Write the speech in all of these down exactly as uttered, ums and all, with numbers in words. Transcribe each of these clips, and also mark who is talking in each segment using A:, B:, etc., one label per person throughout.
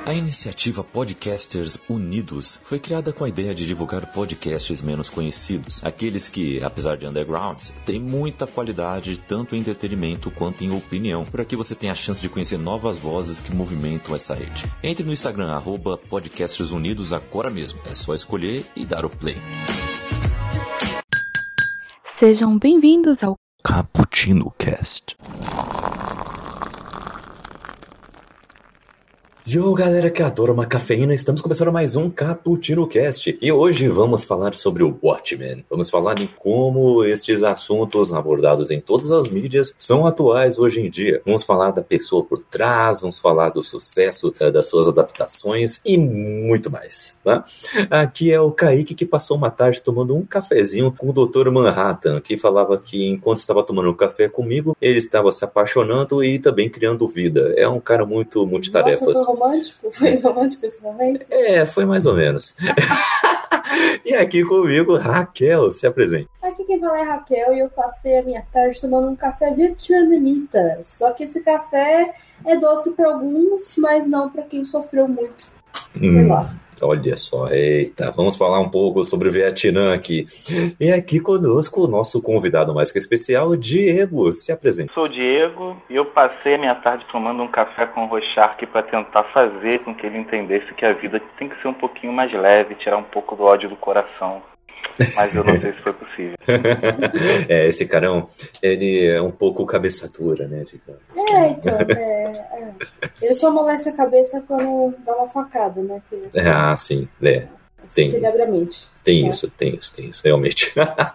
A: A iniciativa Podcasters Unidos foi criada com a ideia de divulgar podcasts menos conhecidos, aqueles que, apesar de undergrounds, têm muita qualidade tanto em entretenimento quanto em opinião, para que você tenha a chance de conhecer novas vozes que movimentam essa rede. Entre no Instagram, arroba Podcasters Unidos agora mesmo. É só escolher e dar o play.
B: Sejam bem-vindos ao
A: Cappuccino Cast.
C: Yo, galera que adora uma cafeína, estamos começando mais um Cappuccino Cast e hoje vamos falar sobre o Watchmen. Vamos falar em como estes assuntos abordados em todas as mídias são atuais hoje em dia. Vamos falar da pessoa por trás, vamos falar do sucesso uh, das suas adaptações e muito mais, tá? Aqui é o Kaique que passou uma tarde tomando um cafezinho com o doutor Manhattan, que falava que enquanto estava tomando um café comigo, ele estava se apaixonando e também criando vida. É um cara muito multitarefas.
D: Nossa, romântico? Foi romântico esse momento?
C: É, foi mais ou menos. E aqui comigo, Raquel, se apresente.
D: Aqui quem fala é Raquel e eu passei a minha tarde tomando um café vietnamita. Só que esse café é doce para alguns, mas não para quem sofreu muito. Hum. Foi lá.
C: Olha só, eita, vamos falar um pouco sobre o Vietnã aqui. E aqui conosco o nosso convidado mais que especial, Diego, se apresenta.
E: Sou o Diego e eu passei a minha tarde tomando um café com o Rorschach para tentar fazer com que ele entendesse que a vida tem que ser um pouquinho mais leve, tirar um pouco do ódio do coração. Mas eu não sei se foi possível.
C: É, esse carão, ele é um pouco cabeça dura, né? Digamos.
D: É, então, é, é. Ele só amolece a cabeça quando dá uma facada, né? Que, assim,
C: ah, sim, é.
D: Assim, tem,
C: tem né? isso, tem isso, tem isso, realmente.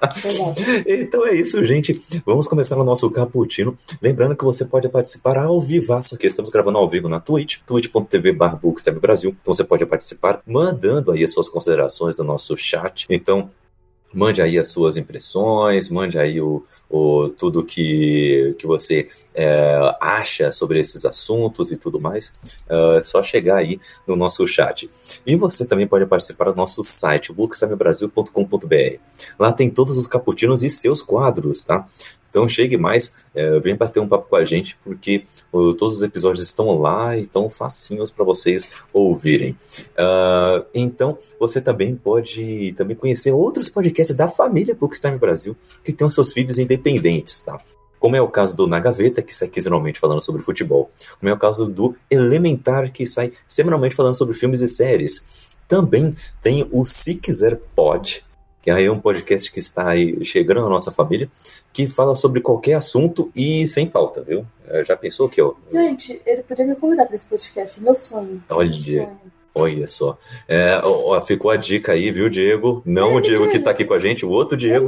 C: Então é isso, gente. Vamos começar o nosso Cappuccino. Lembrando que você pode participar ao vivaço aqui. Estamos gravando ao vivo na Twitch, twitch ponto tv barra bookstep Brasil. Então você pode participar mandando aí as suas considerações no nosso chat. Então, mande aí as suas impressões, mande aí o, o, tudo que, que você é, acha sobre esses assuntos e tudo mais. É só chegar aí no nosso chat. E você também pode participar do nosso site, bookstep brasil ponto com ponto b r. Lá tem todos os cappuccinos e seus quadros, tá? Então chegue mais, é, vem bater um papo com a gente, porque uh, todos os episódios estão lá e estão facinhos para vocês ouvirem. Uh, então você também pode também conhecer outros podcasts da família Bookstime Brasil, que tem os seus feeds independentes, tá? Como é o caso do Na Gaveta, que sai quinzenalmente falando sobre futebol. Como é o caso do Elementar, que sai semanalmente falando sobre filmes e séries. Também tem o Se Quiser Pode, que é um podcast que está aí chegando na nossa família, que fala sobre qualquer assunto e sem pauta, viu? Já pensou que eu...
D: Gente, ele podia me convidar para esse podcast, é meu sonho.
C: Olha, meu sonho. Olha só. É, ó, ficou a dica aí, viu, Diego? Não é, o Diego que está aqui com a gente, o outro Diego.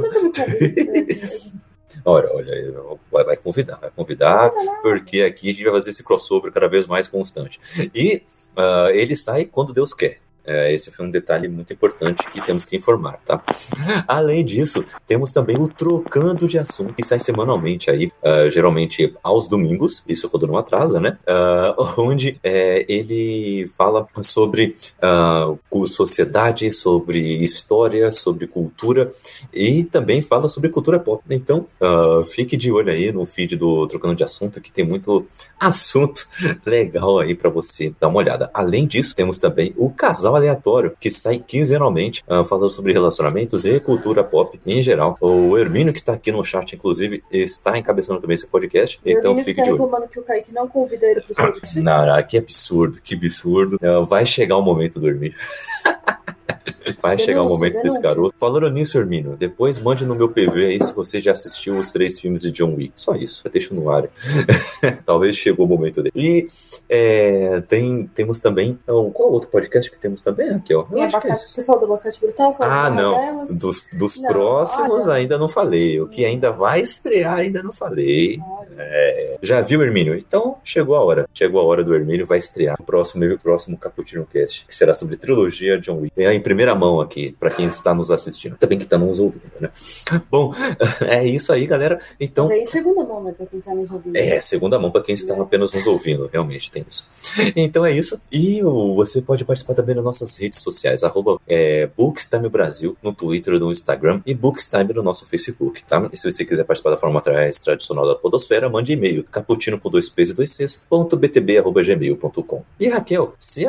C: Olha, olha, vai, vai convidar, vai convidar, porque aqui a gente vai fazer esse crossover cada vez mais constante. E uh, ele sai quando Deus quer. É, esse foi um detalhe muito importante que temos que informar, tá? Além disso, temos também o Trocando de Assunto, que sai semanalmente aí, uh, geralmente aos domingos, isso quando não atrasa, né? Uh, onde é, ele fala sobre uh, sociedade, sobre história, sobre cultura e também fala sobre cultura pop. Então, uh, fique de olho aí no feed do Trocando de Assunto, que tem muito assunto legal aí pra você dar uma olhada. Além disso, temos também o Casal Aleatório, que sai quinzenalmente, uh, falando sobre relacionamentos e cultura pop em geral. O Hermínio, que tá aqui no chat, inclusive, está encabeçando também esse podcast.
D: O
C: então
D: Hermínio
C: fique
D: tá
C: de olho.
D: reclamando que o Kaique não convida ele pros podcasts.
C: Não, que absurdo, que absurdo. Uh, vai chegar o momento do Hermínio. Vai chegar o momento desse garoto. Falando nisso, Hermínio, depois mande no meu P V aí se você já assistiu os três filmes de John Wick. Só isso, eu deixo no ar. Talvez chegou o momento dele. E é, tem, temos também... Oh, qual outro podcast que temos também aqui? Ó?
D: Tem abacate, é você falou do Abacate Brutal?
C: Ah, não. Dos, dos não, próximos olha. ainda não falei. O que ainda vai estrear ainda não falei. É, já viu, Hermínio? Então, chegou a hora. Chegou a hora do Hermínio, vai estrear o próximo, o próximo Cappuccino Cast, que será sobre trilogia John Wick. É, em primeiro primeira mão aqui, para quem está nos assistindo. Também que está nos ouvindo, né? Bom, é isso aí, galera. Então,
D: mas aí segunda mão, né, para quem está nos ouvindo.
C: É, segunda mão para quem está é. apenas nos ouvindo, realmente tem isso. Então é isso. E você pode participar também nas nossas redes sociais, arroba é, Bookstime Brasil, no Twitter, no Instagram, e Bookstime no nosso Facebook, tá? E se você quiser participar da forma mais tradicional da podosfera, mande e-mail, caputino com dois p's e dois c's, ponto b t b arroba gmail ponto com. E Raquel, se a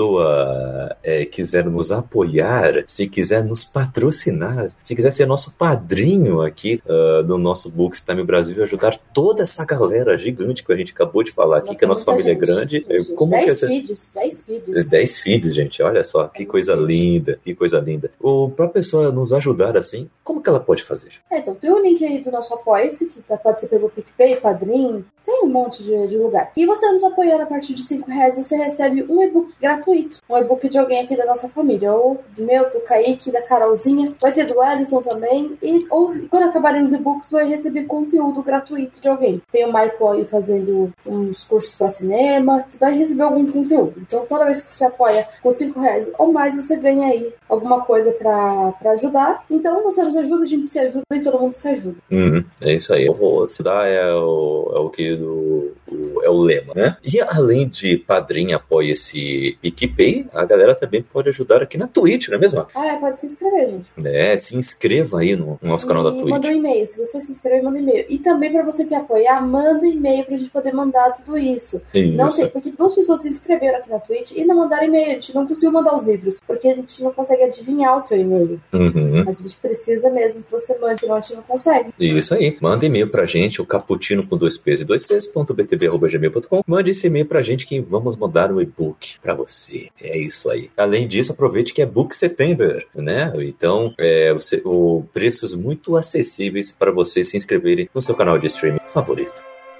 C: pessoa é, quiser nos apoiar, se quiser nos patrocinar, se quiser ser nosso padrinho aqui uh, do nosso Bookstime Brasil e ajudar toda essa galera gigante que a gente acabou de falar aqui, nossa, que a nossa família gente, é grande.
D: Gente,
C: como
D: dez
C: que essa...
D: feeds, dez feeds.
C: dez feeds, gente, olha só, que é coisa linda, que coisa linda. O, pra pessoa nos ajudar assim, como que ela pode fazer?
D: É, então tem o link aí do nosso Apoia-se, que tá, pode ser pelo PicPay, Padrim, tem um monte de, de lugar. E você nos apoiando a partir de cinco reais, você recebe um e-book gratuito. Um e-book de alguém aqui da nossa família. Ou do meu, do Kaique, da Carolzinha. Vai ter do Wellington também. E ou, quando acabarem os e-books, vai receber conteúdo gratuito de alguém. Tem o Michael aí fazendo uns cursos para cinema. Você vai receber algum conteúdo. Então, toda vez que você apoia com cinco reais ou mais, você ganha aí alguma coisa pra, pra ajudar. Então, você nos ajuda, a gente se ajuda e todo mundo se ajuda.
C: Uhum, é isso aí. O se dá é o, é o que do, o, é o lema, né? E além de padrinho, apoia esse PicPay, a galera também pode ajudar aqui na Twitch, não é mesmo?
D: Ah, é, pode se inscrever, gente.
C: É, se inscreva aí no, no nosso e canal da Twitch.
D: Manda um e-mail. Se você se inscrever, manda um e-mail. E também pra você que apoiar, manda e-mail pra gente poder mandar tudo isso.
C: isso.
D: Não sei, porque duas pessoas se inscreveram aqui na Twitch e não mandaram e-mail. A gente não conseguiu mandar os livros, porque a gente não consegue adivinhar o seu e-mail.
C: Uhum.
D: A gente precisa mesmo que você mande, senão a gente não consegue.
C: Isso aí. Manda e-mail pra gente, o caputino com dois p's e dois c's, ponto b t b arroba gmail ponto com. Mande esse e-mail pra gente que vamos mandar um e-book pra você. É isso aí. Além disso, aproveite que é Book September, né? Então, é, você, o, preços muito acessíveis para você se inscreverem no seu canal de streaming favorito.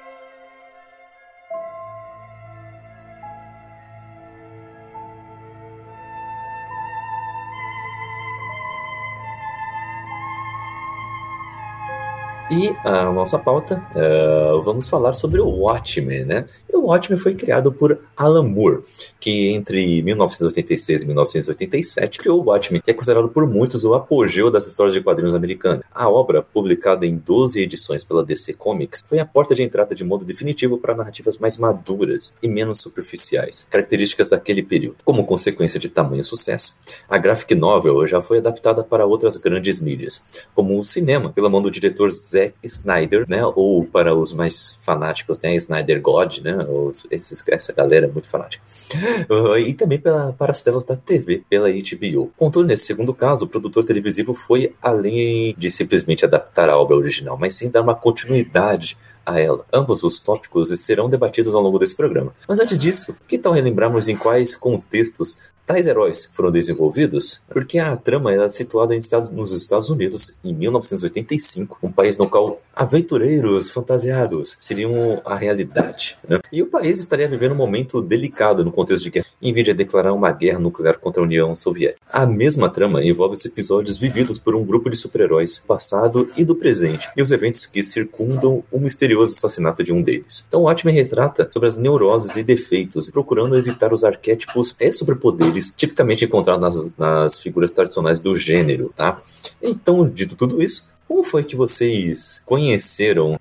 C: E a nossa pauta, uh, vamos falar sobre o Watchmen, né? E o Watchmen foi criado por Alan Moore, que entre mil novecentos e oitenta e seis e mil novecentos e oitenta e sete criou o Watchmen, que é considerado por muitos o apogeu das histórias de quadrinhos americanas. A obra, publicada em doze edições pela D C Comics, foi a porta de entrada de modo definitivo para narrativas mais maduras e menos superficiais, características daquele período. Como consequência de tamanho sucesso, a graphic novel já foi adaptada para outras grandes mídias, como o cinema, pela mão do diretor Zack Snyder, né, ou para os mais fanáticos, né, Snyder God, né, ou esses, essa galera muito fanática, uh, e também pela, para as telas da T V, pela H B O. Contudo, nesse segundo caso, o produtor televisivo foi além de simplesmente adaptar a obra original, mas sim dar uma continuidade a ela. Ambos os tópicos serão debatidos ao longo desse programa. Mas antes disso, que tal relembrarmos em quais contextos tais heróis foram desenvolvidos? Porque a trama era situada em Estados, nos Estados Unidos em mil novecentos e oitenta e cinco, um país no qual aventureiros fantasiados seriam a realidade, né? E o país estaria vivendo um momento delicado no contexto de guerra, em vez de declarar uma guerra nuclear contra a União Soviética. A mesma trama envolve os episódios vividos por um grupo de super-heróis do passado e do presente, e os eventos que circundam o misterioso assassinato de um deles. Então o Watchmen retrata sobre as neuroses e defeitos, procurando evitar os arquétipos e superpoderes tipicamente encontrados nas, nas figuras tradicionais do gênero, tá? Então, dito tudo isso, como foi que vocês conheceram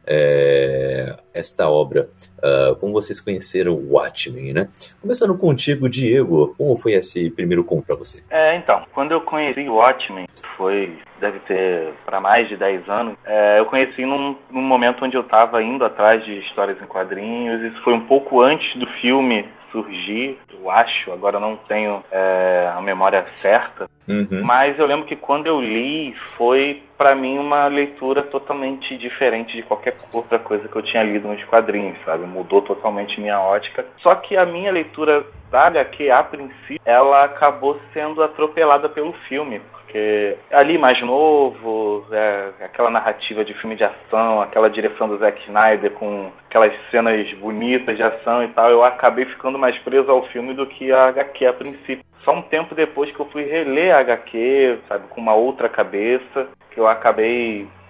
C: é, esta obra? Uh, como vocês conheceram o Watchmen, né? Começando contigo, Diego, como foi esse primeiro conto para você?
E: É, então, quando eu conheci o Watchmen, foi, deve ter para mais de dez anos, é, eu conheci num, num momento onde eu estava indo atrás de histórias em quadrinhos. Isso foi um pouco antes do filme surgir, eu acho, agora eu não tenho é, a memória certa, uhum. Mas eu lembro que quando eu li, foi para mim uma leitura totalmente diferente de qualquer outra coisa que eu tinha lido nos quadrinhos, sabe? Mudou totalmente minha ótica. Só que a minha leitura da H Q, a princípio, ela acabou sendo atropelada pelo filme, porque ali mais novo, é, aquela narrativa de filme de ação, aquela direção do Zack Snyder com aquelas cenas bonitas de ação e tal, eu acabei ficando mais preso ao filme do que a H Q a princípio. Só um tempo depois que eu fui reler a H Q, sabe, com uma outra cabeça, que eu acabei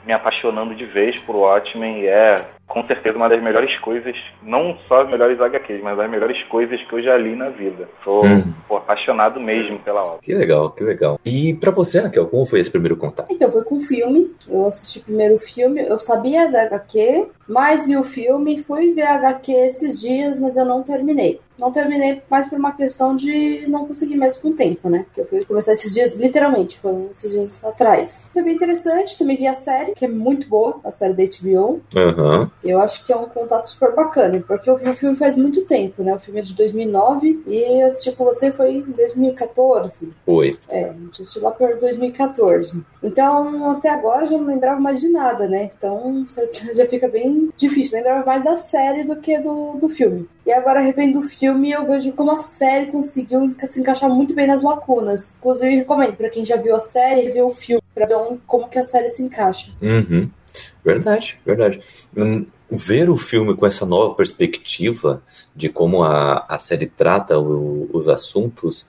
E: me apaixonando de vez por Watchmen e é com certeza uma das melhores coisas, não só as melhores H Qs, mas as melhores coisas que eu já li na vida. Sou hum. pô, apaixonado mesmo pela obra.
C: Que legal, que legal. E pra você, Raquel, como foi esse primeiro contato?
D: Então, foi com o filme. Eu assisti primeiro o filme, eu sabia da H Q, mas vi o filme, fui ver a H Q esses dias, mas eu não terminei. Não terminei mais por uma questão de não conseguir mais com o tempo, né? Que eu fui começar esses dias, literalmente, foram esses dias atrás. Foi bem interessante, também vi a série, que é muito boa, a série da H B O.
C: Uhum.
D: Eu acho que é um contato super bacana, porque eu vi o filme faz muito tempo, né? O filme é de dois mil e nove e eu assisti com você foi em dois mil e quatorze.
C: Foi.
D: É, eu assisti lá por dois mil e quatorze. Então, até agora eu já não lembrava mais de nada, né? Então, já fica bem difícil. Eu lembrava mais da série do que do, do filme. E agora, revendo o filme, eu vejo como a série conseguiu se encaixar muito bem nas lacunas. Inclusive, eu recomendo para quem já viu a série, ver o filme, para ver um, como que a série se encaixa.
C: Uhum. Verdade, verdade. Hum, ver o filme com essa nova perspectiva de como a, a série trata o, os assuntos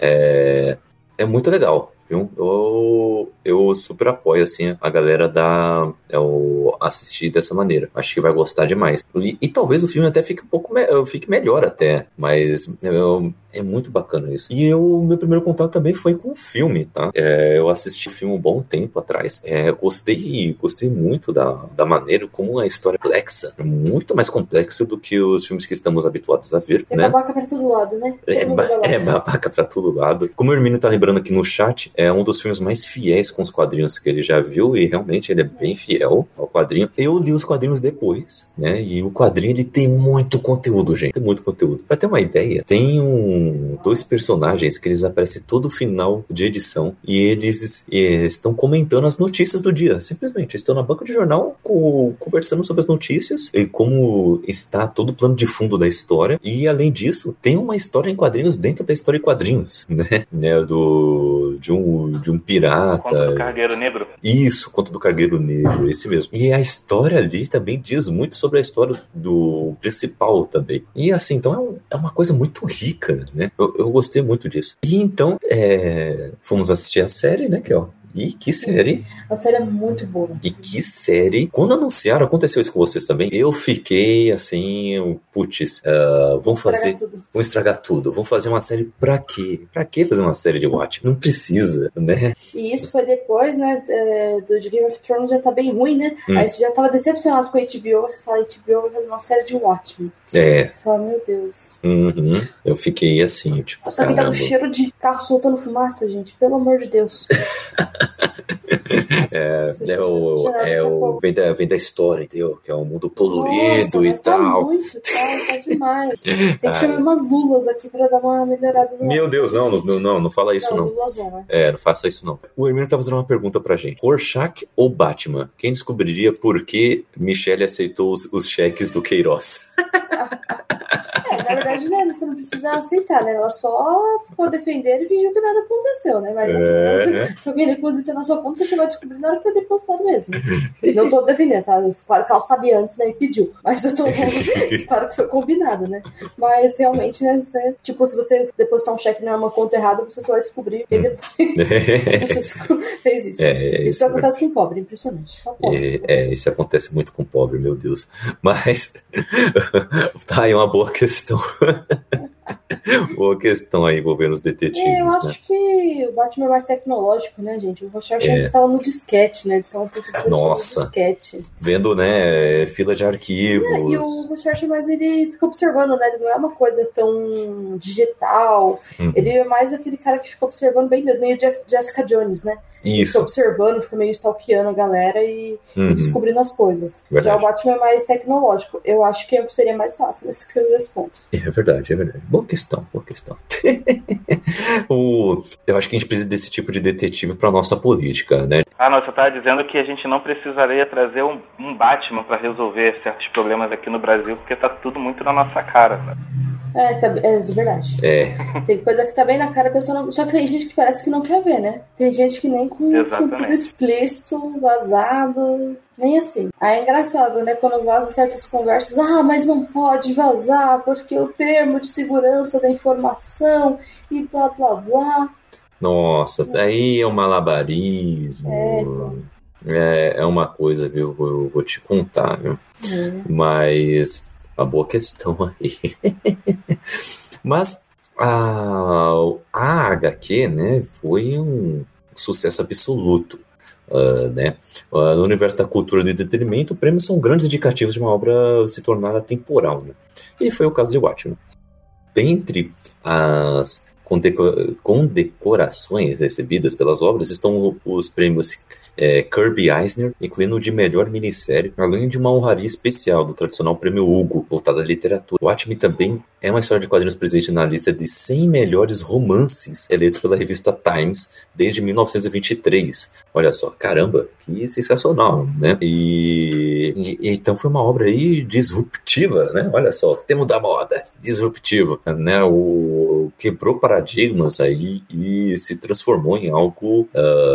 C: é, é muito legal. Viu? Eu, eu super apoio assim, a galera da, eu assistir dessa maneira. Acho que vai gostar demais. E, e talvez o filme até fique um pouco me, fique melhor até, mas eu, é muito bacana isso. E o meu primeiro contato também foi com o filme, tá? É, eu assisti o filme um bom tempo atrás. É, gostei, gostei muito da, da maneira como a história é complexa. É muito mais complexa do que os filmes que estamos habituados a ver,
D: é
C: né?
D: Babaca pra todo lado, né?
C: É, ba- é babaca pra todo lado. Como o Hermínio tá lembrando aqui no chat, é um dos filmes mais fiéis com os quadrinhos que ele já viu, e realmente ele é bem fiel ao quadrinho. Eu li os quadrinhos depois, né? E o quadrinho, ele tem muito conteúdo, gente. Tem muito conteúdo. Pra ter uma ideia, tem um, dois personagens que eles aparecem todo final de edição e eles e, estão comentando as notícias do dia. Simplesmente, eles estão na banca de jornal co- conversando sobre as notícias e como está todo o plano de fundo da história. E, além disso, tem uma história em quadrinhos dentro da história em quadrinhos, né? né? Do, de um de um pirata.
E: Conto do Cargueiro Negro.
C: Isso, Conto do Cargueiro Negro, esse mesmo. E a história ali também diz muito sobre a história do principal também. E assim, então é, um, é uma coisa muito rica, né? Eu, eu gostei muito disso. E então, é, fomos assistir a série, né, Kel? E que série.
D: A série é muito boa.
C: E que série. Quando anunciaram, aconteceu isso com vocês também, eu fiquei assim, putz, uh, vamos fazer,
D: tudo.
C: vamos estragar tudo, vamos fazer uma série pra quê? Pra que fazer uma série de Watchmen? Não precisa, né?
D: E isso foi depois, né, do de Game of Thrones já tá bem ruim, né? Hum. Aí você já tava decepcionado com a H B O, você fala, a H B O vai fazer uma série de Watchmen.
C: É.
D: Você fala, meu Deus.
C: Uhum. Eu fiquei assim, tipo,
D: só que tá com cheiro de carro soltando fumaça, gente, pelo amor de Deus.
C: É, é o, é o vem, da, vem da história, entendeu? Que é um mundo poluído. Nossa, e tal.
D: Tá muito, tá, tá demais. Tem que chamar umas lulas aqui pra dar uma melhorada.
C: Meu lado. Deus, não, não, não, não fala isso, não.
D: Não, não.
C: É, não faça isso, não. O Hermínio tá fazendo uma pergunta pra gente. Rorschach ou Batman? Quem descobriria por que Michelle aceitou os, os cheques do Queiroz?
D: É, na verdade, né, você não precisa aceitar, né? Ela só ficou defendendo e fingiu que nada aconteceu, né? Mas assim, é. se alguém deposita na sua conta, você vai descobrir na hora que tá depositado mesmo. Não tô defendendo, tá? Claro que ela sabia antes, né? E pediu. Mas eu tô claro que foi combinado, né? Mas realmente, né? Você, tipo, se você depositar um cheque numa conta errada, você só vai descobrir e depois você fez isso. É, é isso, isso acontece com pobre, impressionante. Só pobre.
C: É, é isso acontece muito com pobre, meu Deus. Mas tá aí uma boa questão. Boa questão aí envolvendo os detetives.
D: É, eu acho
C: né?
D: que o Batman é mais tecnológico, né, gente? O Rorschach é. tava no disquete, né? Eles são um pouco
C: Nossa.
D: no disquete.
C: Vendo, né, fila de arquivos.
D: É, e o Rorschach, mas ele fica observando, né? Ele não é uma coisa tão digital. Uhum. Ele é mais aquele cara que fica observando bem, meio Jessica Jones, né?
C: Isso.
D: Ele fica observando, fica meio stalkeando a galera e, uhum. e descobrindo as coisas.
C: Verdade.
D: Já o Batman é mais tecnológico. Eu acho que seria mais fácil nesse, nesse ponto.
C: É verdade, é verdade. Boa questão, boa questão. o, eu acho que a gente precisa desse tipo de detetive pra nossa política, né?
E: Ah, não, você estava dizendo que a gente não precisaria trazer um, um Batman para resolver certos problemas aqui no Brasil, porque tá tudo muito na nossa cara, né?
D: É, tá, é verdade.
C: É.
D: Tem coisa que tá bem na cara, a pessoa não... Só que tem gente que parece que não quer ver, né? Tem gente que nem com, com tudo explícito, vazado, nem assim. Aí é engraçado, né? Quando vaza certas conversas, ah, mas não pode vazar, porque o termo de segurança da informação e blá, blá, blá.
C: Nossa, é. aí é um malabarismo.
D: É, então...
C: é, é uma coisa, viu? Eu, eu vou te contar, viu?
D: Hum.
C: Mas, uma boa questão aí. Mas a, a H Q, né, foi um sucesso absoluto. Uh, né? Uh, no universo da cultura e do entretenimento, prêmios são grandes indicativos de uma obra se tornar atemporal, né? E foi o caso de Watchmen. Dentre as condeco- condecorações recebidas pelas obras estão os prêmios é, Kirby Eisner, incluindo o de melhor minissérie, além de uma honraria especial do tradicional prêmio Hugo, voltado à literatura. Watchmen também é uma história de quadrinhos presente na lista de cem melhores romances eleitos pela revista Times desde mil novecentos e vinte e três. Olha só, caramba, que sensacional, né? E, e então foi uma obra aí disruptiva, né? Olha só, termo da moda, disruptivo, né? O quebrou paradigmas aí e se transformou em algo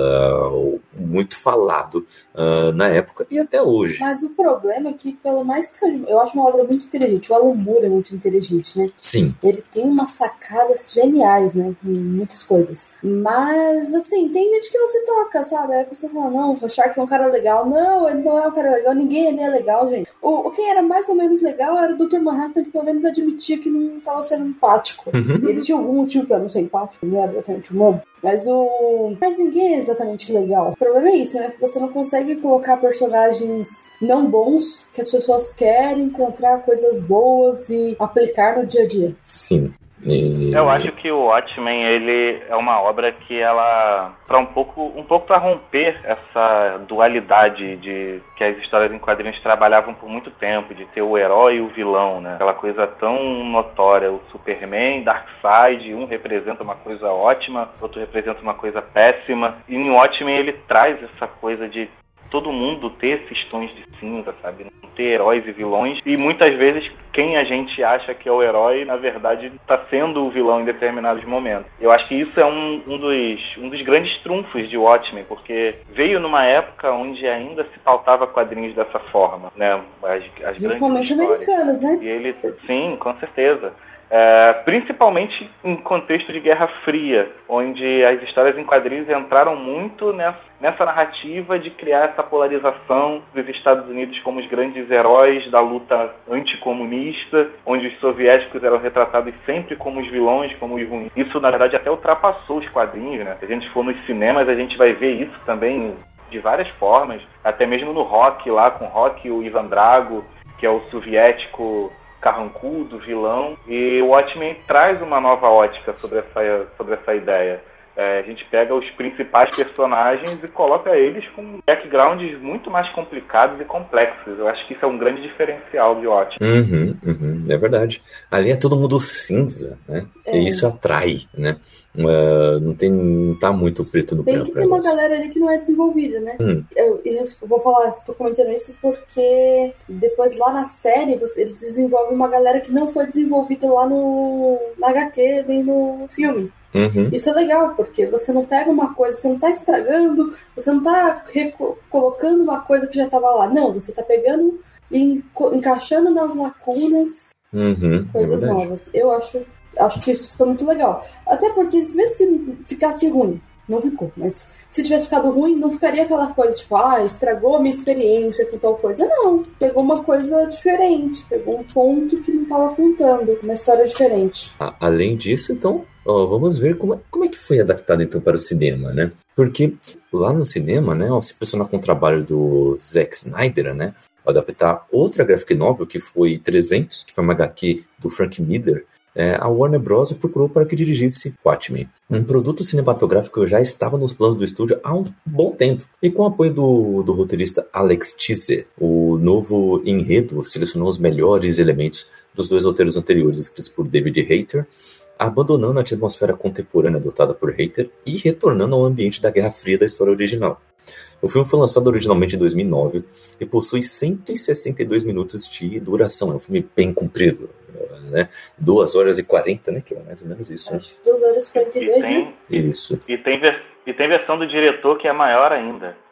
C: uh, muito falado uh, na época e até hoje.
D: Mas o problema é que, pelo mais que seja, eu acho uma obra muito inteligente. O Alan Moore é muito inteligente, né?
C: Sim.
D: Ele tem umas sacadas geniais, né? Em muitas coisas. Mas, assim, tem gente que não se toca, sabe? Aí a pessoa fala, não, o Shark é um cara legal. Não, ele não é um cara legal. Ninguém ali é legal, gente. O, o quem era mais ou menos legal era o doutor Manhattan, que pelo menos admitia que não estava sendo empático.
C: Uhum.
D: Ele tinha algum motivo pra não ser empático, não era exatamente humano. Mas o. Mas ninguém é exatamente legal. O problema é isso, né? Que você não consegue colocar personagens não bons, que as pessoas querem encontrar coisas boas e aplicar no dia a dia.
C: Sim. E...
E: Eu acho que o Watchmen, ele é uma obra que ela, para um pouco, um pouco para romper essa dualidade de que as histórias em quadrinhos trabalhavam por muito tempo, de ter o herói e o vilão, né? Aquela coisa tão notória, o Superman, Darkseid, um representa uma coisa ótima, outro representa uma coisa péssima. E no Watchmen ele traz essa coisa de todo mundo ter esses tons de cinza, sabe? Não ter heróis e vilões. E muitas vezes quem a gente acha que é o herói, na verdade, está sendo o vilão em determinados momentos. Eu acho que isso é um, um, dos, um dos grandes trunfos de Watchmen, porque veio numa época onde ainda se pautava quadrinhos dessa forma, né? As, as
D: Principalmente americanos, né?
E: E ele, sim, com certeza. É, principalmente em contexto de Guerra Fria, onde as histórias em quadrinhos entraram muito nessa, nessa narrativa de criar essa polarização dos Estados Unidos como os grandes heróis da luta anticomunista, onde os soviéticos eram retratados sempre como os vilões, como os ruins. Isso, na verdade, até ultrapassou os quadrinhos, né? Se a gente for nos cinemas, a gente vai ver isso também de várias formas, até mesmo no Rock, lá com Rock e o Ivan Drago, que é o soviético carrancudo, vilão, e o Watchmen traz uma nova ótica sobre essa, sobre essa ideia. É, a gente pega os principais personagens e coloca eles com backgrounds muito mais complicados e complexos. Eu acho que isso é um grande diferencial de Watchmen.
C: Uhum, uhum, é verdade. Ali é todo mundo cinza, né?
D: É.
C: E isso atrai, né? Uh, não, tem, não tá muito preto no
D: Bem
C: branco.
D: que tem uma galera ali que não é desenvolvida, né?
C: Hum.
D: Eu, eu vou falar, tô comentando isso porque depois lá na série você, eles desenvolvem uma galera que não foi desenvolvida lá no na H Q nem no filme.
C: Uhum.
D: Isso é legal, porque você não pega uma coisa, você não tá estragando, você não tá reco- colocando uma coisa que já tava lá. Não, você tá pegando e enco- encaixando nas lacunas
C: Uhum,
D: coisas
C: é verdade.
D: novas. Eu acho, acho que isso fica muito legal. Até porque, mesmo que ficasse ruim, não ficou, mas se tivesse ficado ruim, não ficaria aquela coisa tipo, ah, estragou a minha experiência com tal coisa. Não, pegou uma coisa diferente, pegou um ponto que não estava apontando, uma história diferente.
C: A- Além disso, então, ó, vamos ver como é, como é que foi adaptado então para o cinema, né? Porque lá no cinema, né, ao se impressionar com o trabalho do Zack Snyder, né, ao adaptar outra graphic novel que foi trezentos, que foi uma H Q do Frank Miller, é, a Warner Bros. Procurou para que dirigisse Watchmen. Um produto cinematográfico já estava nos planos do estúdio há um bom tempo. E com o apoio do, do roteirista Alex Tse, o novo enredo selecionou os melhores elementos dos dois roteiros anteriores, escritos por David Hayter, abandonando a atmosfera contemporânea adotada por Hayter e retornando ao ambiente da Guerra Fria da história original. O filme foi lançado originalmente em dois mil e nove e possui cento e sessenta e dois minutos de duração. É um filme bem comprido, né? duas horas e quarenta, né? Que é mais ou menos isso.
D: Acho que duas horas e quarenta e dois,
E: tem,
D: né?
C: Isso.
E: E tem, vers- e tem versão do diretor que é maior ainda.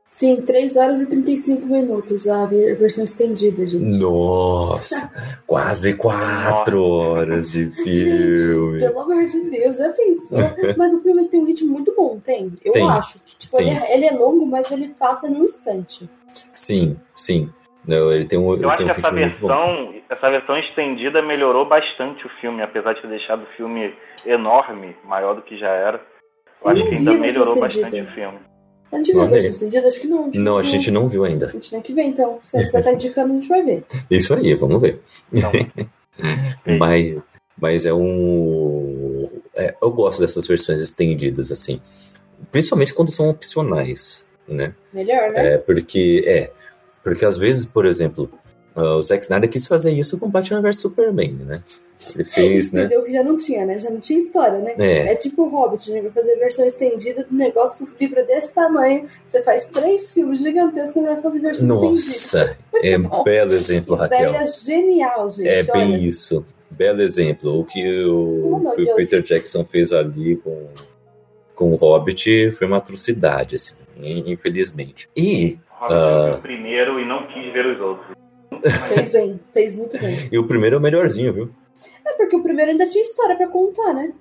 D: Sim, três horas e trinta e cinco minutos, a versão estendida, gente.
C: Nossa, quase quatro horas de filme.
D: Gente, pelo amor de Deus, já pensou? Mas o filme tem um ritmo muito bom, tem? Eu
C: tem,
D: acho que tipo, ele é, ele é longo, mas ele passa num instante.
C: Sim, sim. Não, ele tem um,
E: Eu acho
C: tem um
E: que essa versão, essa versão estendida melhorou bastante o filme, apesar de ter deixado o filme enorme, maior do que já era. Eu, eu acho que ainda melhorou bastante o filme.
D: A gente viu a versão estendida? Acho que não.
C: Não, a gente não viu ainda.
D: A gente tem que ver, então. Se você tá indicando, a gente vai ver.
C: Isso aí, vamos ver.
E: Então,
C: mas, mas é um... É, eu gosto dessas versões estendidas, assim. Principalmente quando são opcionais, né?
D: Melhor, né?
C: É, porque, é, porque às vezes, por exemplo, uh, o Zack Snyder quis fazer isso com Batman versus Superman, né? Ele fez, né?
D: Entendeu que já não tinha, né? Já não tinha história, né?
C: É,
D: é tipo o Hobbit, né? Vai fazer versão estendida do negócio com livro desse tamanho. Você faz três filmes gigantescos e vai fazer versão
C: Nossa,
D: estendida.
C: é um belo exemplo, Raquel.
D: Ideia genial, gente.
C: É bem
D: olha.
C: isso. Belo exemplo. O que o,
D: Oh,
C: que o Peter Jackson fez ali com, com o Hobbit foi uma atrocidade, assim, infelizmente. E
E: Hobbit uh... foi o primeiro e não quis ver os outros.
D: Fez bem, fez muito bem.
C: E o primeiro é o melhorzinho, viu?
D: É porque o primeiro ainda tinha história pra contar, né?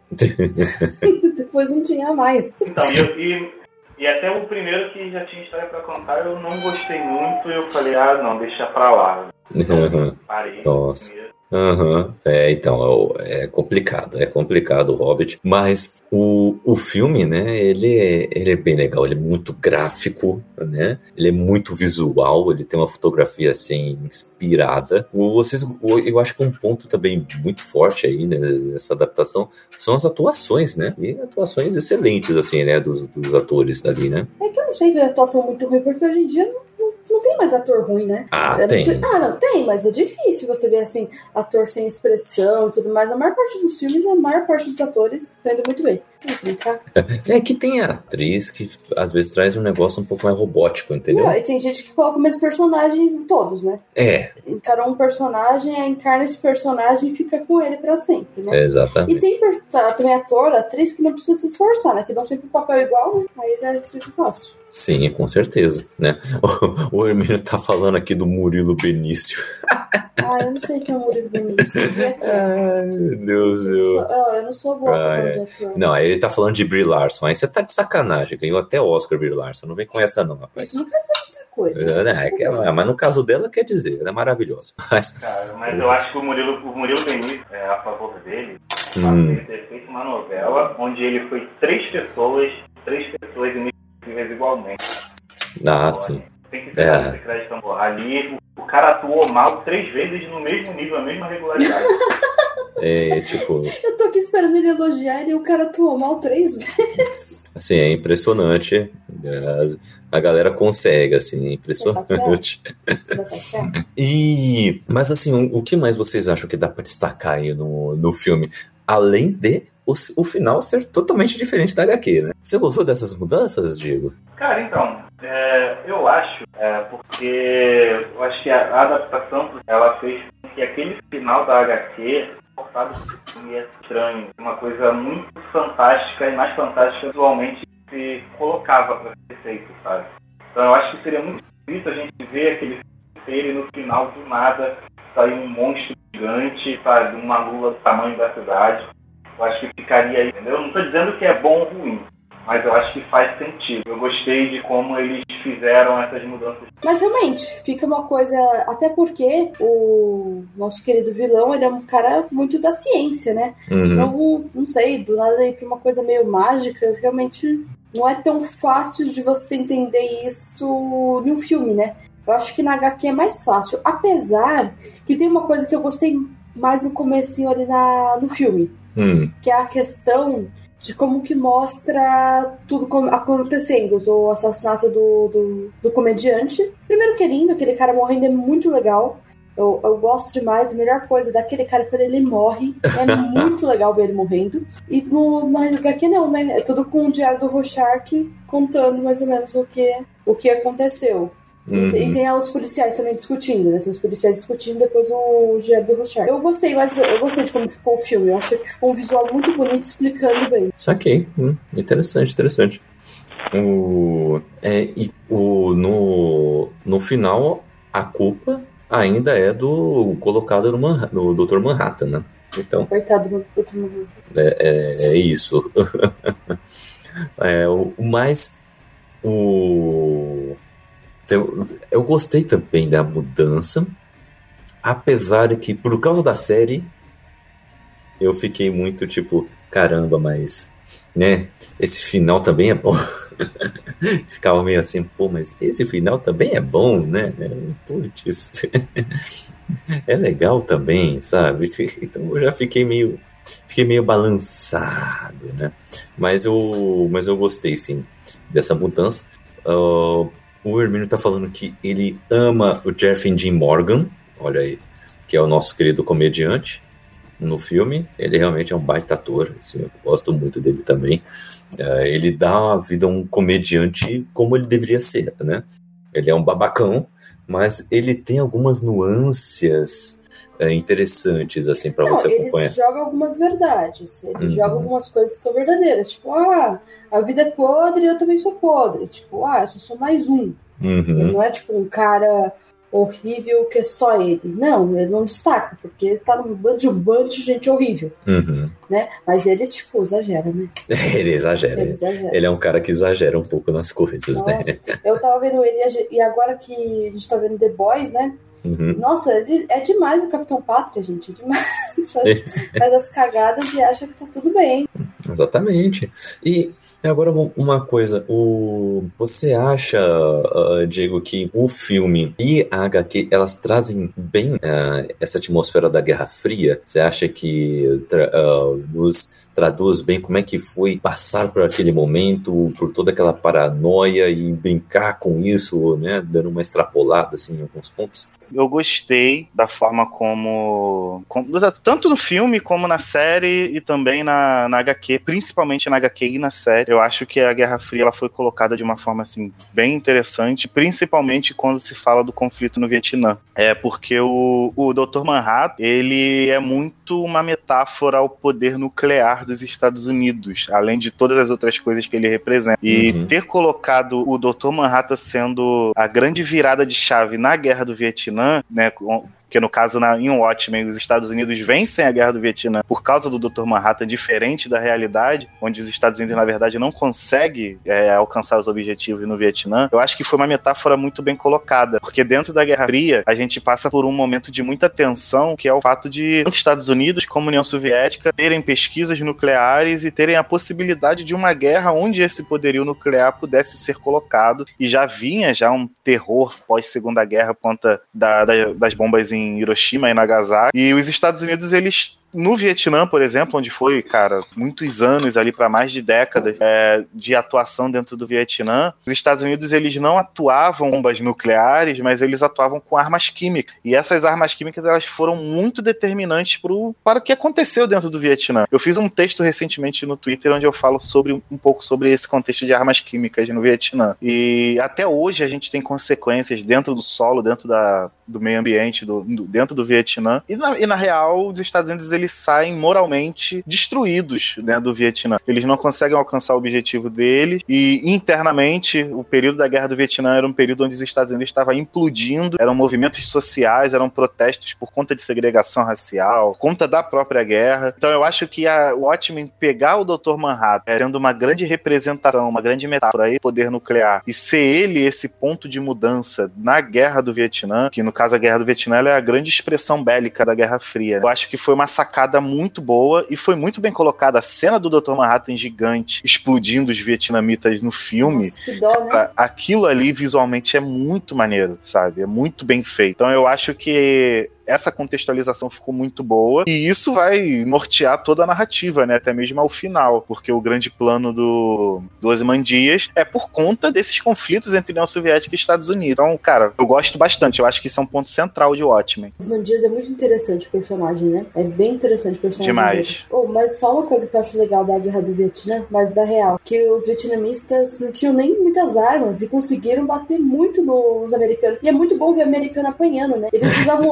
D: Depois não tinha mais.
E: Então, e, e, e até o primeiro que já tinha história pra contar, eu não gostei muito. E eu falei, ah, não, deixa pra lá. Então, parei.
C: Nossa. Uhum. É, então, é complicado, é complicado o Hobbit, mas o, o filme, né, ele é, ele é bem legal, ele é muito gráfico, né, ele é muito visual, ele tem uma fotografia, assim, inspirada. O, vocês, o, eu acho que um ponto também muito forte aí, né, nessa adaptação, são as atuações, né, e atuações excelentes, assim, né, dos, dos atores dali, né.
D: É que eu não sei ver a atuação muito ruim, porque hoje em dia não Não tem mais ator ruim, né?
C: Ah,
D: é
C: tem.
D: Muito... Ah, não, tem, mas é difícil você ver, assim, ator sem expressão e tudo mais. A maior parte dos filmes, a maior parte dos atores estão indo muito bem.
C: É que tem atriz que às vezes traz um negócio um pouco mais robótico, entendeu?
D: Não, e tem gente que coloca o mesmo personagem todos, né?
C: É.
D: Encara um personagem, encarna esse personagem e fica com ele pra sempre, né?
C: É, exatamente.
D: E tem também ator, atriz que não precisa se esforçar, né? Que dão sempre o papel igual, né? Aí daí fica fácil.
C: Sim, com certeza, né? O, o Hermínio tá falando aqui do Murilo Benício.
D: Ah, eu não sei quem é o Murilo Benício.
C: Ai, meu Deus,
D: eu.
C: eu...
D: Não sou, eu não sou boa
C: ah,
D: é.
C: de
D: ator.
C: Não, aí ele tá falando de Brie Larson. Aí você tá de sacanagem. Ganhou até Oscar, Brie Larson. Não vem com essa, não, rapaz.
D: Isso não quer dizer muita coisa.
C: É, é, que, é, mas no caso dela, quer dizer, ela é maravilhosa. Mas,
E: Cara, mas eu acho que o Murilo, o Murilo Benício é a favor dele.
C: Hum.
E: Ele ter feito uma novela onde ele foi três pessoas, três pessoas inesquecíveis igualmente.
C: Ah, sim.
E: Tem que ter é. esse crédito. Ali, o, o cara atuou mal três vezes no mesmo nível, a mesma regularidade.
C: É, tipo...
D: Eu tô aqui esperando ele elogiar e o cara atuou mal três vezes.
C: Assim, é impressionante. A galera consegue, assim, é impressionante. E, mas assim, o, o que mais vocês acham que dá pra destacar aí no, no filme? Além de o, o final ser totalmente diferente da agá quê, né? Você gostou dessas mudanças, Diego?
E: Cara, então, é, eu acho, é, porque eu acho que a, a adaptação, ela fez com que aquele final da agá quê forçado e é estranho, uma coisa muito fantástica e mais fantástica visualmente se colocava para ser feito, sabe? Então eu acho que seria muito difícil a gente ver aquele filme e no final do nada sair um monstro gigante, sabe? Uma lua do tamanho da cidade. Eu acho que ficaria aí, entendeu? Eu não estou dizendo que é bom ou ruim, mas eu acho que faz sentido. Eu gostei de como eles fizeram essas mudanças.
D: Mas realmente, fica uma coisa... Até porque o nosso querido vilão, ele é um cara muito da ciência, né?
C: Uhum.
D: Não, não sei, do nada ir pra uma coisa meio mágica, realmente não é tão fácil de você entender isso em um filme, né? Eu acho que na agá quê é mais fácil. Apesar que tem uma coisa que eu gostei mais no comecinho ali na, no filme.
C: Hum.
D: Que é a questão de como que mostra tudo acontecendo, do assassinato do, do, do comediante. Primeiro que é lindo, aquele cara morrendo é muito legal. Eu, eu gosto demais, a melhor coisa daquele cara quando ele morre. É muito legal ver ele morrendo. E no, na agá quê não, né? É tudo com o diário do Rorschach contando mais ou menos o que, o que aconteceu. Uhum. E, e tem os policiais também discutindo, né? Tem os policiais discutindo depois o diário do Rorschach. Eu gostei, mas eu gostei de como ficou o filme. Eu achei que ficou um visual muito bonito explicando bem.
C: Saquei. Hum, interessante, interessante. O, é, e o, no, no final, a culpa ainda é do colocado no, Manha- no doutor Manhattan, né? Então,
D: Coitado do doutor Manhattan.
C: é, é, é isso. é, o, mas o, eu, eu gostei também da mudança, apesar de que, por causa da série, eu fiquei muito tipo, caramba, mas, né, esse final também é bom. Ficava meio assim, pô, mas esse final também é bom, né? Putz, é legal também, sabe? Então eu já fiquei meio, fiquei meio balançado, né? Mas eu, mas eu gostei, sim, dessa mudança. Uh, o Hermínio tá falando que ele ama o Jeffrey Dean Morgan, olha aí, que é o nosso querido comediante no filme. Ele realmente é um baita ator, assim, eu gosto muito dele também. Uh, ele dá a vida a um comediante como ele deveria ser, né? Ele é um babacão, mas ele tem algumas nuances é, interessantes, assim, pra
D: Não,
C: você
D: ele
C: acompanhar.
D: joga algumas verdades. Ele
C: Uhum.
D: joga algumas coisas que são verdadeiras. Tipo, ah, a vida é podre, eu também sou podre. Tipo, ah, eu só sou mais um.
C: Uhum.
D: Ele não é tipo um cara horrível que é só ele. Não, ele não destaca, porque ele tá num bando de um bando de gente horrível,
C: Uhum.
D: né? Mas ele, tipo, exagera, né?
C: Ele exagera.
D: Ele exagera.
C: Ele é um cara que exagera um pouco nas coisas,
D: Nossa,
C: né?
D: eu tava vendo ele, e agora que a gente tá vendo The Boys, né?
C: Uhum.
D: Nossa, ele é demais o Capitão Pátria, gente. É demais. Faz, faz as cagadas e acha que tá tudo bem.
C: Exatamente. E agora uma coisa, o... você acha, uh, Diego, que o filme e a agá quê, elas trazem bem uh, essa atmosfera da Guerra Fria? Você acha que tra- uh, nos traduz bem como é que foi passar por aquele momento, por toda aquela paranoia e brincar com isso, né, dando uma extrapolada assim, em alguns pontos?
E: Eu gostei da forma como, como tanto no filme como na série e também na, na agá quê, principalmente na agá quê e na série. Eu acho que a Guerra Fria ela foi colocada de uma forma assim, bem interessante, principalmente quando se fala do conflito no Vietnã. É porque o, o doutor Manhattan, ele é muito uma metáfora ao poder nuclear dos Estados Unidos, além de todas as outras coisas que ele representa. E uhum. ter colocado o doutor Manhattan sendo a grande virada de chave na Guerra do Vietnã, né, porque no caso na, em Watchmen os Estados Unidos vencem a Guerra do Vietnã por causa do doutor Manhattan, diferente da realidade, onde os Estados Unidos na verdade não conseguem é, alcançar os objetivos no Vietnã. Eu acho que foi uma metáfora muito bem colocada, porque dentro da Guerra Fria a gente passa por um momento de muita tensão, que é o fato de tanto Estados Unidos como União Soviética terem pesquisas nucleares e terem a possibilidade de uma guerra onde esse poderio nuclear pudesse ser colocado, e já vinha já um terror pós-Segunda Guerra por conta da, da, das bombas em em Hiroshima e Nagasaki, e os Estados Unidos, eles no Vietnã, por exemplo, onde foi, cara, muitos anos ali para mais de décadas é, de atuação dentro do Vietnã, os Estados Unidos, eles não atuavam com bombas nucleares, mas eles atuavam com armas químicas. E essas armas químicas, elas foram muito determinantes pro, para o que aconteceu dentro do Vietnã. Eu fiz um texto recentemente no Twitter onde eu falo sobre, um pouco sobre esse contexto de armas químicas no Vietnã. E até hoje a gente tem consequências dentro do solo, dentro da, do meio ambiente, do, do, dentro do Vietnã. E na, e na real, os Estados Unidos, eles saem moralmente destruídos, né, do Vietnã. Eles não conseguem alcançar o objetivo deles, e internamente o período da Guerra do Vietnã era um período onde os Estados Unidos estavam implodindo, eram movimentos sociais, eram protestos por conta de segregação racial, por conta da própria guerra. Então eu acho que a Watchmen pegar o doutor Manhattan, sendo uma grande representação, uma grande metáfora aí, poder nuclear, e ser ele esse ponto de mudança na Guerra do Vietnã, que no caso a Guerra do Vietnã ela é a grande expressão bélica da Guerra Fria. Eu acho que foi uma sacada muito boa e foi muito bem colocada. A cena do doutor Manhattan gigante explodindo os vietnamitas no filme,
D: nossa, que dó, né?
E: Aquilo ali visualmente é muito maneiro, sabe? É muito bem feito. Então eu acho que essa contextualização ficou muito boa, e isso vai nortear toda a narrativa, né? Até mesmo ao final, porque o grande plano do, do Ozymandias é por conta desses conflitos entre União Soviética e Estados Unidos. Então, cara, eu gosto bastante. Eu acho que isso é um ponto central de Watchmen.
D: Ozymandias é muito interessante o personagem, né? É bem interessante o personagem.
E: Demais.
D: Oh, mas só uma coisa que eu acho legal da Guerra do Vietnã, mas da real, que os vietnamistas não tinham nem muitas armas e conseguiram bater muito nos americanos. E é muito bom ver o americano apanhando, né? Eles usavam a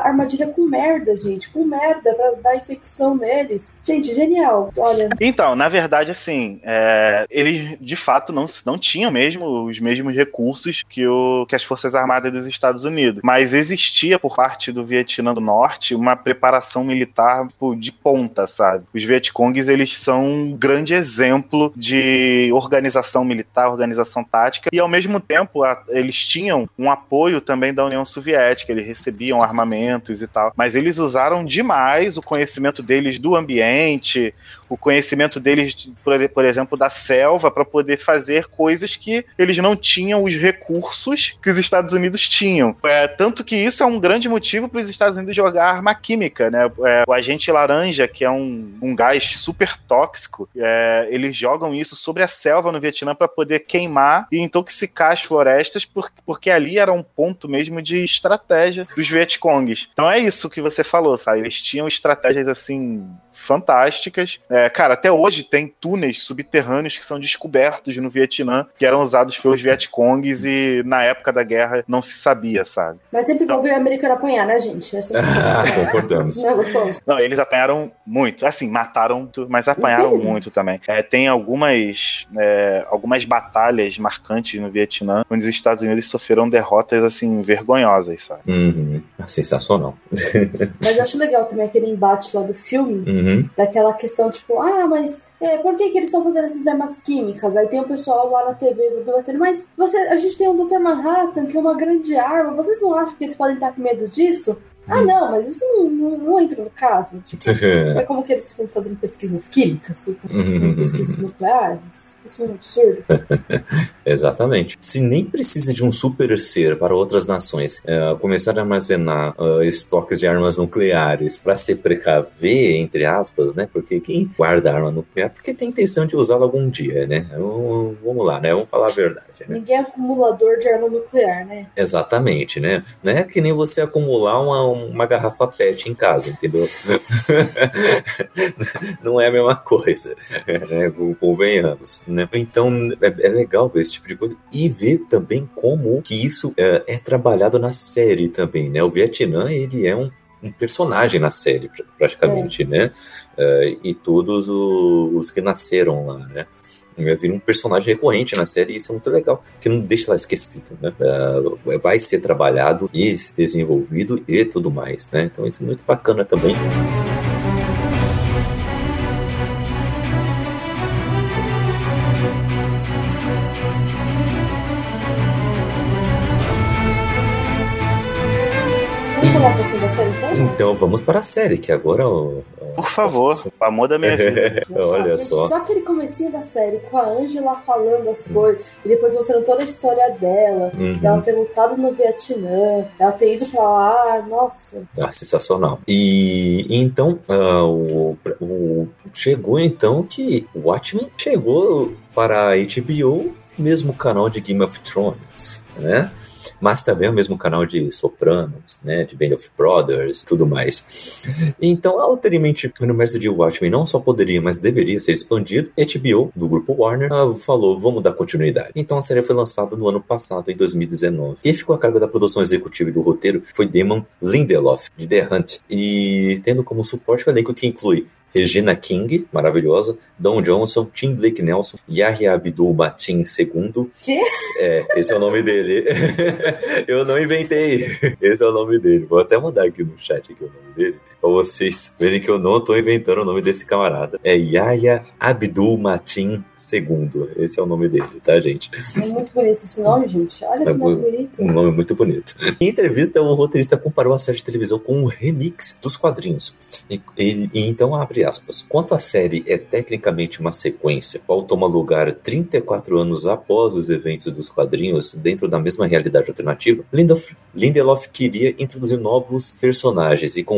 D: armadilha com merda, gente. Com merda pra dar infecção neles. Gente, genial. Olha.
E: Então, na verdade, assim, é, eles de fato não, não tinham mesmo os mesmos recursos que, o, que as Forças Armadas dos Estados Unidos. Mas existia por parte do Vietnã do Norte uma preparação militar tipo, de ponta, sabe? Os Vietcongues, eles são um grande exemplo de organização militar, organização tática, e ao mesmo tempo a, eles tinham um apoio também da União Soviética, eles recebiam armamentos e tal, mas eles usaram demais o conhecimento deles do ambiente, o conhecimento deles, por, por exemplo, da selva, para poder fazer coisas que eles não tinham os recursos que os Estados Unidos tinham. É, tanto que isso é um grande motivo para os Estados Unidos jogar arma química, né? É, o agente laranja, que é um, um gás super tóxico, é, eles jogam isso sobre a selva no Vietnã para poder queimar e intoxicar as florestas, por, porque ali era um ponto mesmo de estratégia dos Vietcongues. Então é isso que você falou, sabe? Eles tinham estratégias assim fantásticas. É, cara, até hoje tem túneis subterrâneos que são descobertos no Vietnã, que eram usados pelos Vietcongues e na época da guerra não se sabia, sabe?
D: Mas sempre bom ver o americano apanhar, né, gente?
C: Ah, concordamos.
D: Não é gostoso?
E: Não, eles apanharam muito. Assim, mataram, mas apanharam muito também. É, tem algumas, é, algumas batalhas marcantes no Vietnã, onde os Estados Unidos sofreram derrotas, assim, vergonhosas, sabe?
C: Uhum. Sensacional.
D: Mas eu acho legal também aquele embate lá do filme, uhum. Daquela questão, tipo, ah, mas é, por que, que eles estão fazendo essas armas químicas? Aí tem um pessoal lá na T V debatendo, mas você, a gente tem um doutor Manhattan, que é uma grande arma, vocês não acham que eles podem estar com medo disso? Ah, não, mas isso não, não, não entra no caso. Tipo, é como que eles ficam fazendo pesquisas químicas, ficam pesquisas nucleares. Isso é um absurdo.
C: Exatamente. Se nem precisa de um super ser para outras nações é, começar a armazenar uh, estoques de armas nucleares para se precaver, entre aspas, né? Porque quem guarda arma nuclear, porque tem intenção de usá-la algum dia, né? Então, vamos lá, né? Vamos falar a verdade. Né?
D: Ninguém é acumulador de arma nuclear, né?
C: Exatamente, né? Não é que nem você acumular uma, uma garrafa pet em casa, entendeu? Não é a mesma coisa, né? Convenhamos. Né? Então é, é legal ver esse tipo de coisa e ver também como que isso é, é trabalhado na série também, né? O Vietnã, ele é um, um personagem na série praticamente, é. né? Uh, e todos os, os que nasceram lá, né? Vira um personagem recorrente na série e isso é muito legal, que não deixa lá esquecido, né? Uh, vai ser trabalhado e desenvolvido e tudo mais, né? Então isso é muito bacana também.
D: Vamos falar um pouquinho da série então?
C: Então vamos para a série, que agora... O,
E: Por favor, o amor da minha vida.
C: Olha
D: gente,
C: só.
D: Só aquele comecinho da série, com a Angela falando as hum. coisas, e depois mostrando toda a história dela, uhum. dela ter lutado no Vietnã, ela ter ido pra lá, nossa.
C: Ah, sensacional. E, e então, uh, o, o, chegou então que o Watchmen chegou para a H B O, mesmo canal de Game of Thrones, né? Mas também é o mesmo canal de Sopranos, né, de Band of Brothers, tudo mais. Então, altermente, o universo de Watchmen não só poderia, mas deveria ser expandido. A H B O, do grupo Warner, falou, vamos dar continuidade. Então, a série foi lançada no ano passado, em dois mil e dezenove. Quem ficou a cargo da produção executiva e do roteiro foi Damon Lindelof, de The Hunt, e tendo como suporte o elenco que inclui Regina King, maravilhosa, Don Johnson, Tim Blake Nelson, Yahya Abdul-Mateen segundo.
D: Que?
C: É, esse é o nome dele. Eu não inventei. Esse é o nome dele. Vou até mandar aqui no chat aqui o nome dele, pra vocês verem que eu não tô inventando o nome desse camarada. É Yahya Abdul-Mateen segundo. Esse é o nome dele, tá, gente?
D: É muito bonito esse nome, gente. Olha que é nome bonito.
C: Um nome muito bonito. Em entrevista, o roteirista comparou a série de televisão com um remix dos quadrinhos. E, e, e então abre aspas. Quanto a série é tecnicamente uma sequência, qual toma lugar trinta e quatro anos após os eventos dos quadrinhos, dentro da mesma realidade alternativa, Lindelof, Lindelof queria introduzir novos personagens e conflitos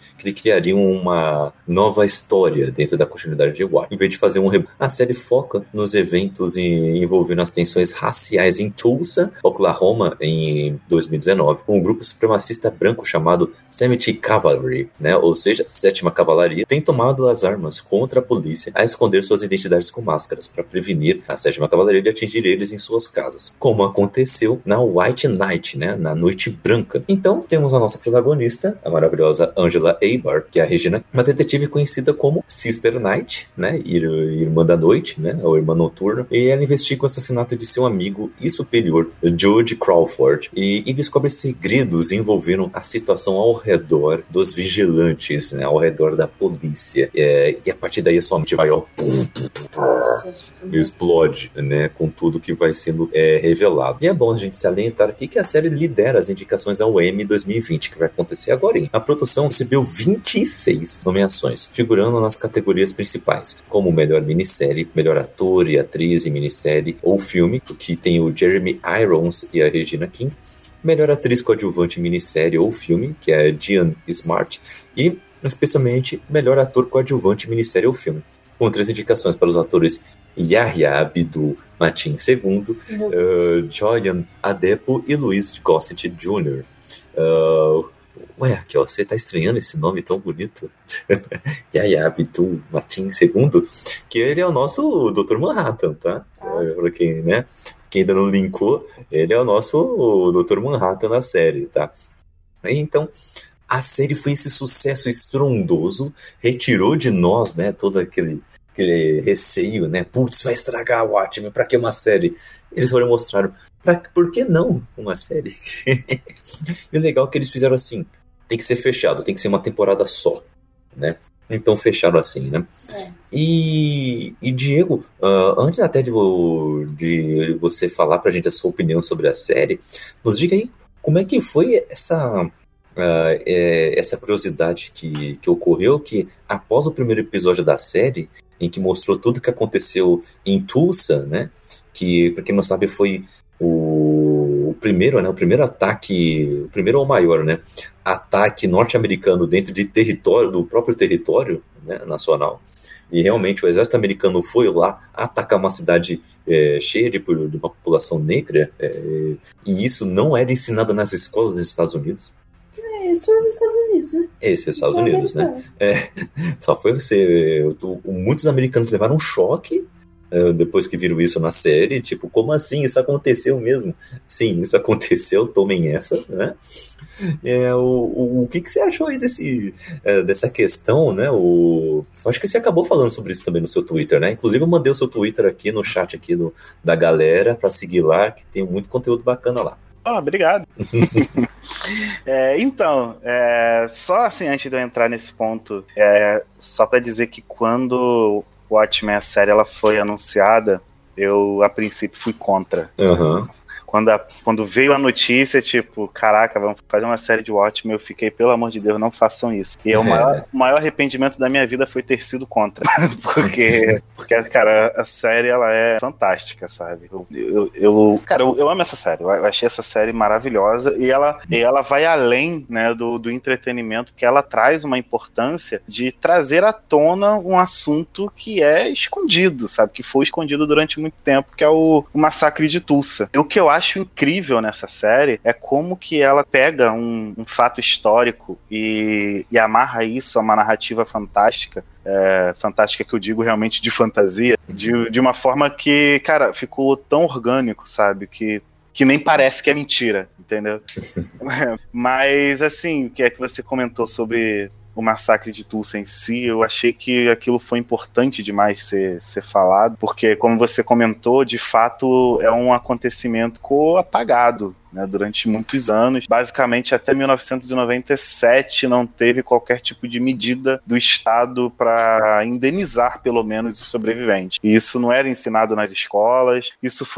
C: que ele criaria uma nova história dentro da continuidade de Watchmen. Em vez de fazer um reboot, a série foca nos eventos envolvendo as tensões raciais em Tulsa, Oklahoma, em dois mil e dezenove, com um grupo supremacista branco chamado Seventh Cavalry, né? Ou seja, Sétima Cavalaria, tem tomado as armas contra a polícia a esconder suas identidades com máscaras para prevenir a Sétima Cavalaria de atingir eles em suas casas, como aconteceu na White Night, né? Na Noite Branca. Então, temos a nossa protagonista, a maravilhosa Angela Abar, que é a Regina, uma detetive conhecida como Sister Night, né? Irmã da Noite, né? Ou Irmã Noturna, e ela investiga o assassinato de seu amigo e superior, George Crawford, e, e descobre segredos envolvendo a situação ao redor dos vigilantes, né? Ao redor da polícia. É, e a partir daí a sua mente vai, ó, pum, pum, pum, pum, explode, né? Com tudo que vai sendo é, revelado. E é bom a gente salientar aqui que a série lidera as indicações ao Emmy dois mil e vinte, que vai acontecer agora. Hein? A produção recebeu vinte e seis nomeações, figurando nas categorias principais, como melhor minissérie, melhor ator e atriz em minissérie ou filme, que tem o Jeremy Irons e a Regina King, melhor atriz coadjuvante em minissérie ou filme, que é a Diane Smart, e especialmente melhor ator coadjuvante em minissérie ou filme, com três indicações para os atores Yahya Abdul-Mateen segundo, uhum. uh, Joyan Adepo e Luis Gossett Júnior Uh, ué, aqui, ó, você tá estranhando esse nome tão bonito? Yahya Abdul-Mateen segundo, que ele é o nosso doutor Manhattan, tá? Ah. Pra quem, né? Quem ainda não linkou, ele é o nosso doutor Manhattan na série, tá? Então, a série foi esse sucesso estrondoso, retirou de nós, né, todo aquele, aquele receio, né? Putz, vai estragar o Watchmen, pra que uma série? Eles foram mostrar, pra, por que não uma série? E o legal é que eles fizeram assim, tem que ser fechado, tem que ser uma temporada só, né? Então fecharam assim, né? É. E, e Diego, uh, antes até de, de você falar pra gente a sua opinião sobre a série, nos diga aí como é que foi essa, uh, é, essa curiosidade que, que ocorreu, que após o primeiro episódio da série, em que mostrou tudo o que aconteceu em Tulsa, né? Que, pra quem não sabe, foi o, o primeiro, né? O primeiro ataque, o primeiro ou maior, né? Ataque norte-americano dentro de território, do próprio território, né, nacional. E realmente o exército americano foi lá atacar uma cidade é, cheia de, de uma população negra, é, e isso não era ensinado nas escolas dos Estados Unidos.
D: É, isso é os Estados Unidos, né?
C: Esse é os Estados Unidos, né? É, só foi você... Muitos americanos levaram um choque depois que viram isso na série, tipo, como assim? Isso aconteceu mesmo? Sim, isso aconteceu, tomem essa, né? É, o, o, o que, que você achou aí desse, é, dessa questão, né? O, eu acho que você acabou falando sobre isso também no seu Twitter, né? Inclusive eu mandei o seu Twitter aqui no chat aqui do, da galera pra seguir lá, que tem muito conteúdo bacana lá.
F: Ah, oh, obrigado. é, então, é, só assim, antes de eu entrar nesse ponto, é, só pra dizer que quando Watchmen, a série, ela foi anunciada, eu a princípio fui contra.
C: Uhum.
F: Quando, a, quando veio a notícia, tipo, caraca, vamos fazer uma série de Watchmen, eu fiquei, pelo amor de Deus, não façam isso. E é. o, maior, o maior arrependimento da minha vida foi ter sido contra. porque, porque, cara, a série, ela é fantástica, sabe? Eu, eu, eu cara, eu, eu amo essa série. Eu achei essa série maravilhosa e ela, e ela vai além, né, do, do entretenimento, que ela traz uma importância de trazer à tona um assunto que é escondido, sabe? Que foi escondido durante muito tempo, que é o, o massacre de Tulsa. E o que eu acho acho incrível nessa série é como que ela pega um, um fato histórico e, e amarra isso a uma narrativa fantástica, é, fantástica que eu digo realmente de fantasia, de, de uma forma que, cara, ficou tão orgânico, sabe, que que nem parece que é mentira, entendeu? Mas, assim, o que é que você comentou sobre o massacre de Tulsa em si, eu achei que aquilo foi importante demais ser, ser falado, porque, como você comentou, de fato é um acontecimento que ficou apagado, né, durante muitos anos. Basicamente, até mil novecentos e noventa e sete não teve qualquer tipo de medida do Estado para indenizar, pelo menos, os sobreviventes. E isso não era ensinado nas escolas, isso foi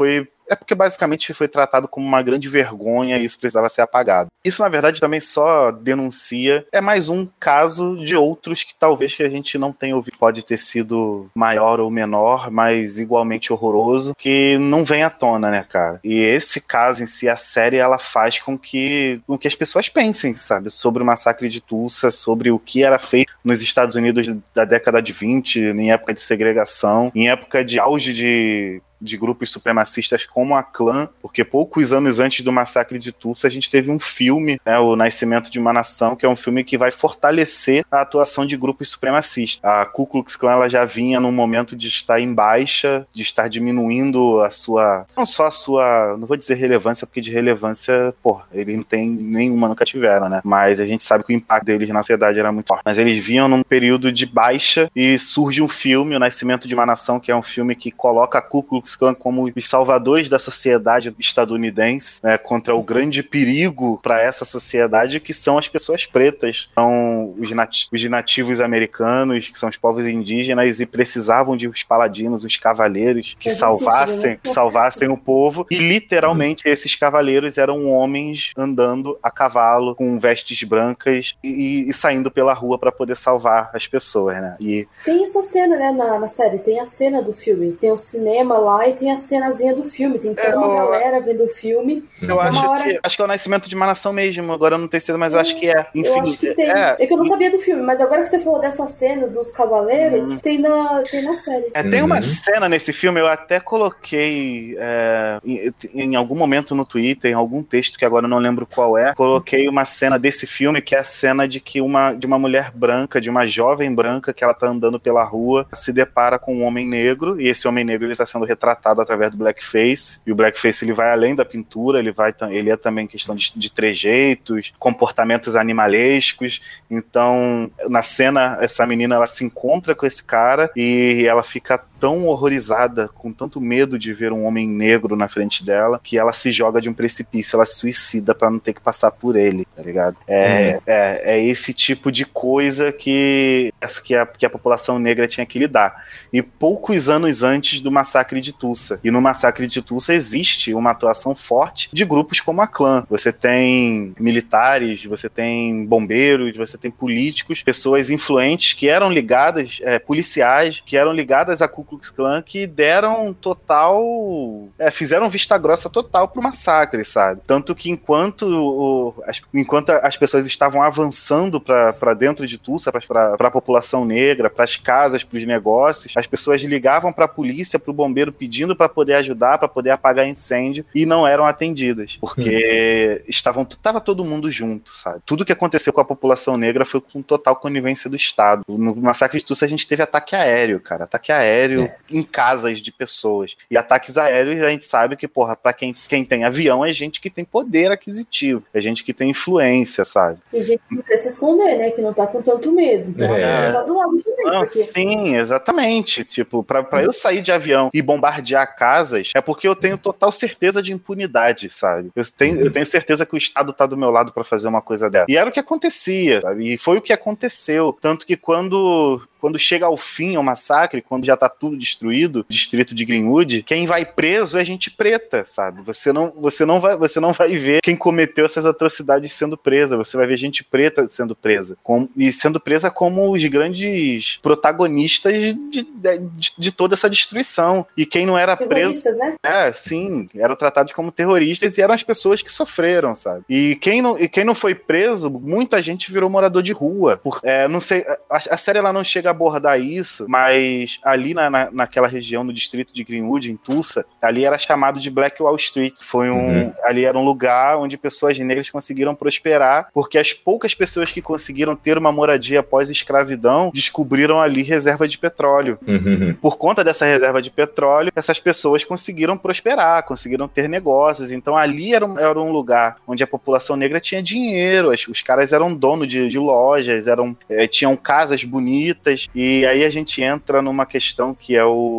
F: é porque basicamente foi tratado como uma grande vergonha e isso precisava ser apagado. Isso, na verdade, também só denuncia, é mais um caso de outros que talvez que a gente não tenha ouvido, pode ter sido maior ou menor, mas igualmente horroroso, que não vem à tona, né, cara? E esse caso em si, a série, ela faz com que, com que as pessoas pensem, sabe, sobre o massacre de Tulsa, sobre o que era feito nos Estados Unidos da década de vinte, em época de segregação, em época de auge de de grupos supremacistas como a Klan, porque poucos anos antes do massacre de Tulsa a gente teve um filme, né, O Nascimento de uma Nação, que é um filme que vai fortalecer a atuação de grupos supremacistas. A Ku Klux Klan, ela já vinha num momento de estar em baixa, de estar diminuindo a sua, não só a sua, não vou dizer relevância, porque de relevância, porra, eles não tem nenhuma, nunca tiveram, né, mas a gente sabe que o impacto deles na sociedade era muito forte. Mas eles vinham num período de baixa e surge um filme, O Nascimento de uma Nação, que é um filme que coloca a Ku Klux Klan como os salvadores da sociedade estadunidense, né, contra o grande perigo para essa sociedade, que são as pessoas pretas, são os, nat- os nativos americanos, que são os povos indígenas, e precisavam de os paladinos, os cavaleiros, que salvassem, salvassem o povo, e literalmente esses cavaleiros eram homens andando a cavalo, com vestes brancas, e, e saindo pela rua para poder salvar as pessoas, né? E...
D: Tem essa cena, né, na, na série, tem a cena do filme, tem o cinema lá, e tem a cenazinha do filme, tem toda uma
F: eu...
D: galera vendo o filme.
F: Eu acho,
D: hora...
F: que, acho que é O Nascimento de uma Nação mesmo, agora eu não tenho certeza, mas eu acho que é. Enfim,
D: eu acho que tem.
F: É,
D: é que eu não sabia do filme, mas agora que você falou dessa cena dos cavaleiros, uhum. tem, na, tem na série.
F: É, tem uma uhum. cena nesse filme, eu até coloquei é, em, em algum momento no Twitter, em algum texto que agora eu não lembro qual é, coloquei uma cena desse filme, que é a cena de que uma, de uma mulher branca, de uma jovem branca, que ela tá andando pela rua, se depara com um homem negro, e esse homem negro ele tá sendo retratado através do blackface, e o blackface ele vai além da pintura, ele, vai, ele é também questão de, de trejeitos, comportamentos animalescos. Então, na cena, essa menina ela se encontra com esse cara e ela fica tão horrorizada, com tanto medo de ver um homem negro na frente dela, que ela se joga de um precipício, ela se suicida pra não ter que passar por ele, tá ligado? É, uhum. é, é esse tipo de coisa que, que, a, que a população negra tinha que lidar. E poucos anos antes do massacre de Tulsa. E no massacre de Tulsa existe uma atuação forte de grupos como a Klan. Você tem militares, você tem bombeiros, você tem políticos, pessoas influentes que eram ligadas, é, policiais, que eram ligadas a Ku Klux Klan, que deram total... É, fizeram vista grossa total pro massacre, sabe? Tanto que enquanto, o, as, enquanto as pessoas estavam avançando para dentro de Tulsa, para a população negra, para as casas, para os negócios, as pessoas ligavam para a polícia, para o bombeiro, pedindo para poder ajudar, para poder apagar incêndio, e não eram atendidas, porque hum. estavam, tava todo mundo junto, sabe? Tudo que aconteceu com a população negra foi com total conivência do Estado. No massacre de Tulsa a gente teve ataque aéreo, cara, ataque aéreo é. em casas de pessoas, e ataques aéreos a gente sabe que, porra, pra quem, quem tem avião é gente que tem poder aquisitivo, é gente que tem influência, sabe?
D: E gente que não quer se esconder, né, que não tá com tanto medo, então é. tá do lado também,
F: não,
D: porque...
F: Sim, exatamente, tipo, pra, pra eu sair de avião e bombardear casas, é porque eu tenho total certeza de impunidade, sabe? Eu tenho, eu tenho certeza que o Estado tá do meu lado pra fazer uma coisa dessa. E era o que acontecia, sabe? E foi o que aconteceu. Tanto que quando... Quando chega ao fim o massacre, quando já tá tudo destruído, distrito de Greenwood, quem vai preso é gente preta, sabe? Você não, você não, vai, você não vai ver quem cometeu essas atrocidades sendo presa, você vai ver gente preta sendo presa. Com, e sendo presa como os grandes protagonistas de, de, de, de toda essa destruição. E quem não era preso... né? É, sim, eram tratados como terroristas e eram as pessoas que sofreram, sabe? E quem não, e quem não foi preso, muita gente virou morador de rua. Por, é, não sei, a, a série ela não chega a abordar isso, mas ali na, na, naquela região, no distrito de Greenwood, em Tulsa, ali era chamado de Black Wall Street. Foi um, uhum. Ali era um lugar onde pessoas negras conseguiram prosperar, porque as poucas pessoas que conseguiram ter uma moradia após escravidão descobriram ali reserva de petróleo. Uhum. Por conta dessa reserva de petróleo, essas pessoas conseguiram prosperar, conseguiram ter negócios. Então ali era um, era um lugar onde a população negra tinha dinheiro, os, os caras eram donos de, de lojas, eram, é, tinham casas bonitas. E aí a gente entra numa questão que é o...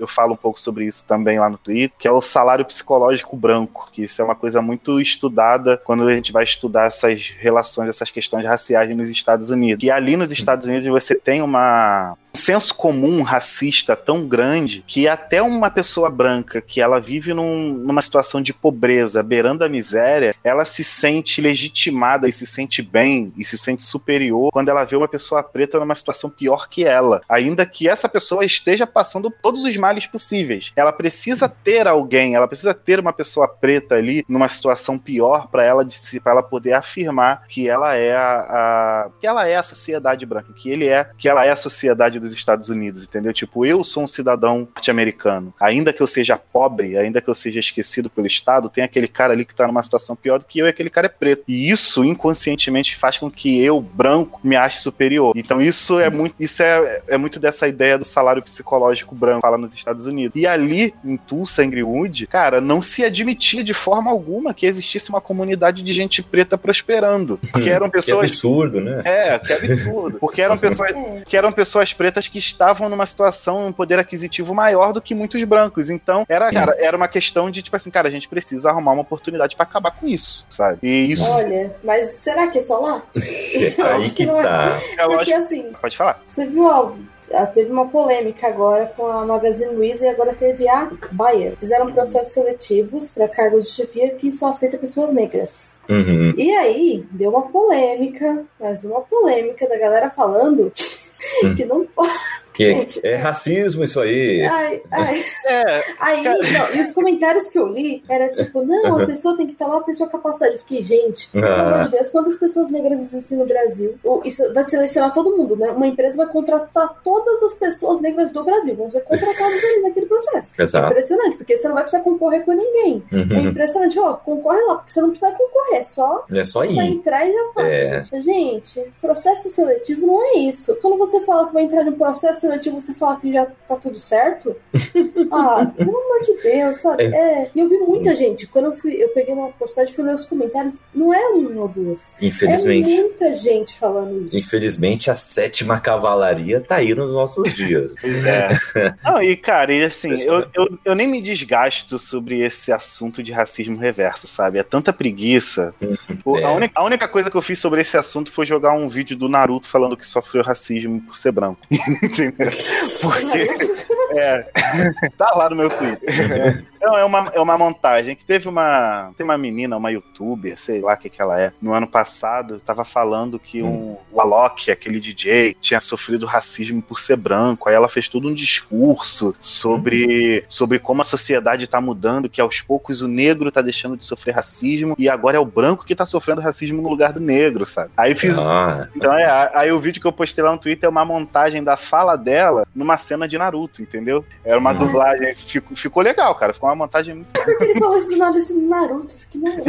F: eu falo um pouco sobre isso também lá no Twitter, que é o salário psicológico branco, que isso é uma coisa muito estudada quando a gente vai estudar essas relações, essas questões raciais nos Estados Unidos. E ali nos Estados Unidos você tem uma... um senso comum racista tão grande que até uma pessoa branca que ela vive num, numa situação de pobreza, beirando a miséria, ela se sente legitimada e se sente bem e se sente superior quando ela vê uma pessoa preta numa situação pior que ela, ainda que essa pessoa esteja passando todos os males possíveis. Ela precisa ter alguém, ela precisa ter uma pessoa preta ali numa situação pior para ela, para ela poder afirmar que ela é a, a que ela é a sociedade branca, que ele é, que ela é a sociedade dos Estados Unidos, entendeu? Tipo, eu sou um cidadão norte-americano. Ainda que eu seja pobre, ainda que eu seja esquecido pelo Estado, tem aquele cara ali que tá numa situação pior do que eu e aquele cara é preto. E isso, inconscientemente, faz com que eu, branco, me ache superior. Então isso é muito, isso é, é muito dessa ideia do salário psicológico branco, fala nos Estados Unidos. E ali, em Tulsa, em Greenwood, cara, não se admitia de forma alguma que existisse uma comunidade de gente preta prosperando. Porque eram pessoas...
C: Que absurdo, né?
F: É, que absurdo. Porque eram pessoas, que eram pessoas pretas que estavam numa situação, um poder aquisitivo maior do que muitos brancos. Então, era, cara, era uma questão de, tipo assim, cara, a gente precisa arrumar uma oportunidade pra acabar com isso, sabe? E isso...
D: Olha, mas será que é só lá?
C: Aí que, que tá.
F: É.
D: Porque, assim...
F: Pode falar.
D: Você viu, ó, teve uma polêmica agora com a Magazine Luiza e agora teve a Bayer. Fizeram processos seletivos para cargos de chefia que só aceita pessoas negras.
C: Uhum.
D: E aí, deu uma polêmica, mas uma polêmica da galera falando
C: hum.
D: que não pode...
C: Que é racismo isso aí.
D: Ai, ai.
F: É,
D: aí, não, e os comentários que eu li era tipo, não, a pessoa tem que estar lá por sua capacidade. Eu fiquei, gente, pelo
C: ah.
D: amor de Deus, quantas pessoas negras existem no Brasil? Isso vai selecionar todo mundo, né? Uma empresa vai contratar todas as pessoas negras do Brasil, vão ser contratadas ali naquele processo.
C: Exato.
D: É impressionante, porque você não vai precisar concorrer com ninguém.
C: Uhum.
D: É impressionante, ó, concorre lá, porque você não precisa concorrer, é só,
C: é só,
D: só entrar e já passa.
C: É.
D: Gente. gente, processo seletivo não é isso. Quando você fala que vai entrar no processo seletivo, você fala que já tá tudo certo? Ah, pelo amor de Deus, sabe? É. E eu vi muita gente, quando eu fui, eu peguei uma postagem e fui ler os comentários, não é um ou duas.
C: Infelizmente.
D: É muita gente falando isso.
C: Infelizmente, a sétima cavalaria tá aí nos nossos dias.
F: É. Não, e cara, e assim, eu, eu, eu nem me desgasto sobre esse assunto de racismo reverso, sabe? É tanta preguiça. Uhum.
C: É.
F: A, única, a única coisa que eu fiz sobre esse assunto foi jogar um vídeo do Naruto falando que sofreu racismo por ser branco. Entendeu? Porque é, tá lá no meu Twitter. Então, é uma, é uma montagem que teve uma tem uma menina, uma youtuber, sei lá o que que ela é, no ano passado, tava falando que um, o Alok, aquele D J, tinha sofrido racismo por ser branco. Aí ela fez todo um discurso sobre, sobre como a sociedade tá mudando, que aos poucos o negro tá deixando de sofrer racismo e agora é o branco que tá sofrendo racismo no lugar do negro, sabe? Aí fiz... Ah. Então é, aí o vídeo que eu postei lá no Twitter é uma montagem da fala dela numa cena de Naruto, entendeu? Era uma dublagem, ficou, ficou legal, cara, ficou uma montagem muito...
D: Por que ele falou isso do nada, esse Naruto? Eu fiquei, Naruto.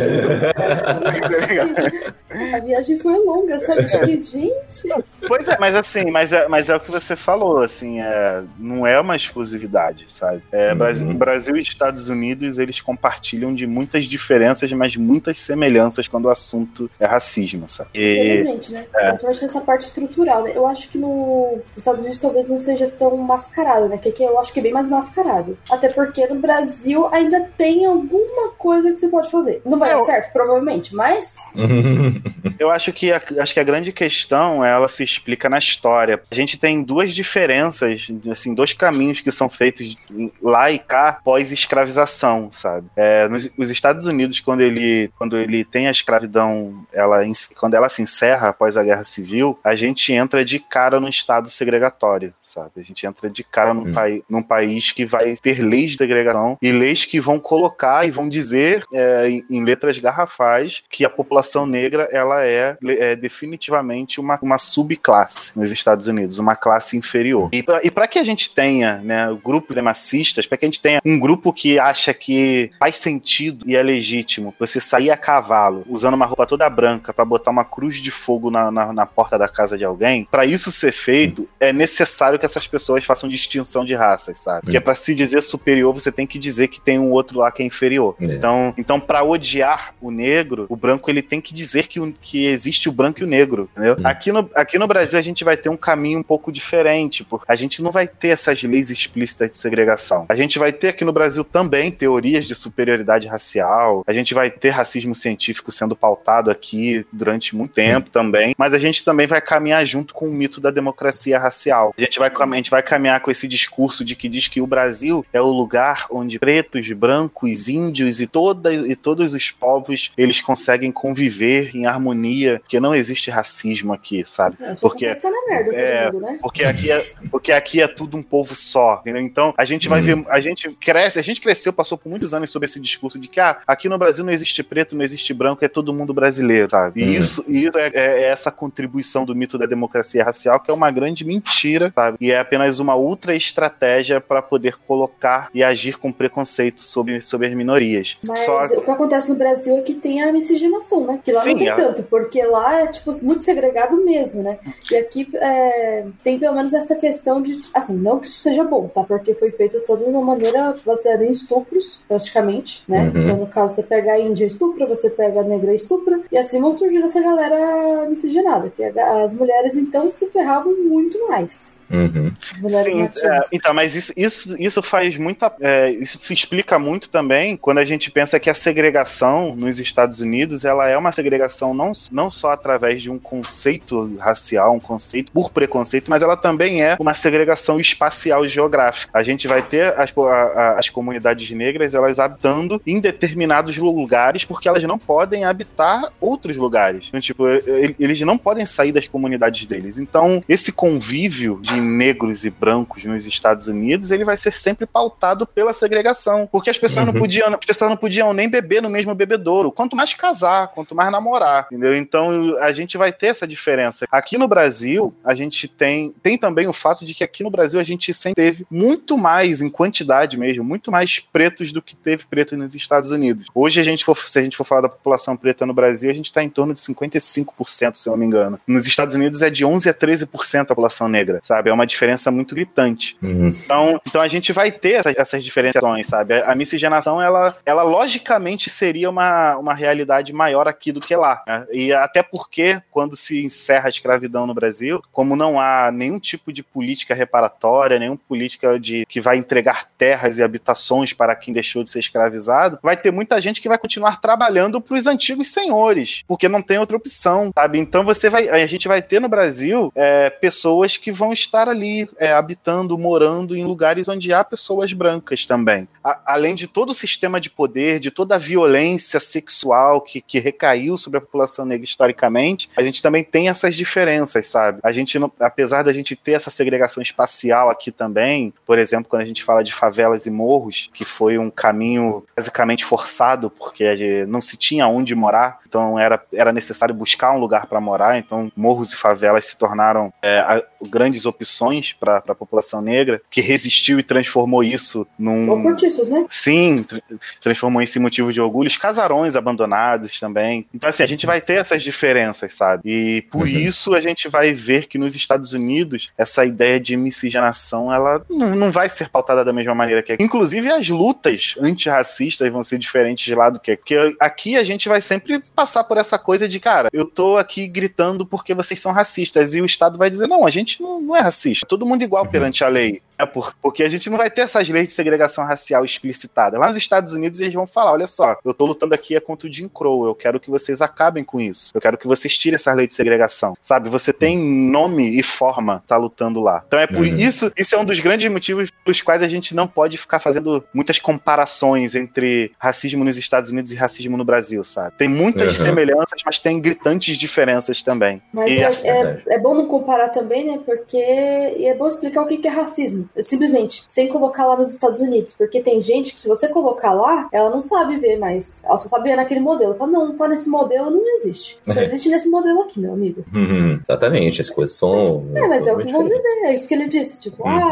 D: Gente, a viagem foi longa, sabe? Eu fiquei, gente...
F: Pois é, mas assim, mas é, mas é o que você falou, assim, é, não é uma exclusividade, sabe? É, uhum. Brasil, Brasil e Estados Unidos, eles compartilham de muitas diferenças, mas muitas semelhanças quando o assunto é racismo, sabe? E,
D: Infelizmente, né?
F: É.
D: Principalmente nessa parte estrutural, né? Eu acho que no Estados Unidos talvez não seja tão mascarado, né? Que aqui eu acho que é bem mais mascarado. Até porque no Brasil ainda tem alguma coisa que você pode fazer. Não vai eu... dar certo, provavelmente, mas...
F: Eu acho que, a, acho que a grande questão, ela se explica na história. A gente tem duas diferenças, assim, dois caminhos que são feitos lá e cá pós-escravização, sabe? É, nos, os Estados Unidos, quando ele, quando ele tem a escravidão, ela, quando ela se encerra após a Guerra Civil, a gente entra de cara num estado segregatório, sabe? A gente entra de cara num, pai, num país que vai ter leis de segregação e leis que vão colocar e vão dizer é, em, em letras garrafais que a população negra, ela é, é definitivamente uma, uma subclasse nos Estados Unidos, uma classe inferior. E para que a gente tenha, né, o grupo supremacistas, para que a gente tenha um grupo que acha que faz sentido e é legítimo você sair a cavalo usando uma roupa toda branca para botar uma cruz de fogo na, na, na porta da casa de alguém, para isso ser feito, é necessário que essas pessoas façam distinção de raças, sabe? Que é para se dizer superior, você tem que que dizer que tem um outro lá que é inferior. É. Então, então para odiar o negro, o branco ele tem que dizer que, o, que existe o branco e o negro, entendeu? Hum. Aqui, no, aqui no Brasil a gente vai ter um caminho um pouco diferente, porque a gente não vai ter essas leis explícitas de segregação. A gente vai ter aqui no Brasil também teorias de superioridade racial, a gente vai ter racismo científico sendo pautado aqui durante muito tempo hum. também, mas a gente também vai caminhar junto com o mito da democracia racial. A gente vai, a gente vai caminhar com esse discurso de que diz que o Brasil é o lugar onde pretos, brancos, índios e, toda, e todos os povos eles conseguem conviver em harmonia, que não existe racismo aqui, sabe?
D: É, porque tá na merda,
F: é,
D: todo mundo, né?
F: Porque aqui é, porque aqui é tudo um povo só, entendeu? Então a gente vai uhum. ver, a gente cresce, a gente cresceu, passou por muitos anos sobre esse discurso de que ah, aqui no Brasil não existe preto, não existe branco, é todo mundo brasileiro, sabe? E uhum. isso, isso é, é essa contribuição do mito da democracia racial, que é uma grande mentira, sabe? E é apenas uma outra estratégia para poder colocar e agir com preconceito sobre, sobre as minorias.
D: Mas
F: Só...
D: o que acontece no Brasil é que tem a miscigenação, né? Que lá Sim, não tem é... tanto, porque lá é tipo muito segregado mesmo, né? E aqui é, tem pelo menos essa questão de, assim, não que isso seja bom, tá? Porque foi feita toda de uma maneira baseada em estupros, praticamente, né? Uhum. Então, no caso, você pega a índia estupra, você pega a negra estupra, e assim vão surgindo essa galera miscigenada, que as mulheres, então, se ferravam muito mais.
C: Uhum.
F: Sim, é, então, mas isso, isso, isso faz muita. É, isso se explica muito também quando a gente pensa que a segregação nos Estados Unidos ela é uma segregação não, não só através de um conceito racial, um conceito por preconceito, mas ela também é uma segregação espacial e geográfica. A gente vai ter as, a, a, as comunidades negras elas habitando em determinados lugares porque elas não podem habitar outros lugares. Então, tipo, eles não podem sair das comunidades deles. Então, esse convívio de negros e brancos nos Estados Unidos, ele vai ser sempre pautado pela segregação, porque as pessoas, uhum. não, podiam, as pessoas não podiam nem beber no mesmo bebedouro, quanto mais casar, quanto mais namorar, entendeu? Então a gente vai ter essa diferença. Aqui no Brasil, a gente tem, tem também o fato de que aqui no Brasil a gente sempre teve muito mais, em quantidade mesmo, muito mais pretos do que teve preto nos Estados Unidos. Hoje, a gente for, se a gente for falar da população preta no Brasil, a gente está em torno de cinquenta e cinco por cento, se eu não me engano. Nos Estados Unidos é de onze a treze por cento a população negra, sabe? É uma diferença muito gritante. Uhum. Então, então a gente vai ter essas, essas diferenciações, sabe? A, a miscigenação, ela, ela logicamente seria uma, uma realidade maior aqui do que lá, né? E até porque, quando se encerra a escravidão no Brasil, como não há nenhum tipo de política reparatória, nenhuma política de, que vai entregar terras e habitações para quem deixou de ser escravizado, vai ter muita gente que vai continuar trabalhando para os antigos senhores, porque não tem outra opção, sabe? Então você vai, a gente vai ter no Brasil é, pessoas que vão estar ali é, habitando, morando em lugares onde há pessoas brancas também. A, além de todo o sistema de poder, de toda a violência sexual que, que recaiu sobre a população negra historicamente, a gente também tem essas diferenças, sabe? A gente, não, apesar da gente ter essa segregação espacial aqui também, por exemplo, quando a gente fala de favelas e morros, que foi um caminho basicamente forçado, porque não se tinha onde morar, então era, era necessário buscar um lugar para morar, então morros e favelas se tornaram é, a, grandes opções para a população negra, que resistiu e transformou isso num...
D: Ou cortiços, né?
F: Sim, tra- transformou isso em motivo de orgulho. Os casarões abandonados também. Então, assim, a gente vai ter essas diferenças, sabe? E por uhum. isso a gente vai ver que nos Estados Unidos essa ideia de miscigenação, ela não, não vai ser pautada da mesma maneira que aqui. Inclusive, as lutas antirracistas vão ser diferentes de lá do que aqui. Porque aqui a gente vai sempre passar por essa coisa de, cara, eu tô aqui gritando porque vocês são racistas, e o Estado vai dizer, não, a gente não, não é racista, todo mundo igual uhum. perante a lei. É por, porque a gente não vai ter essas leis de segregação racial explicitadas. Lá nos Estados Unidos eles vão falar, olha só, eu tô lutando aqui é contra o Jim Crow, eu quero que vocês acabem com isso, eu quero que vocês tirem essa lei de segregação, sabe? Você tem nome e forma tá lutando lá. Então é por uhum. isso, isso é um dos grandes motivos pelos quais a gente não pode ficar fazendo muitas comparações entre racismo nos Estados Unidos e racismo no Brasil, sabe? Tem muitas uhum. semelhanças, mas tem gritantes diferenças também.
D: Mas
F: e,
D: é, é, é bom não comparar também, né? Porque e é bom explicar o que é racismo. Simplesmente, sem colocar lá nos Estados Unidos, porque tem gente que se você colocar lá, ela não sabe ver mais, ela só sabe ver naquele modelo. Ela fala, não, não tá nesse modelo, não existe. Só existe nesse modelo aqui, meu amigo.
C: Uhum, exatamente, as coisas são...
D: É, mas é o que vão dizer, é isso que ele disse, tipo, uhum. ah,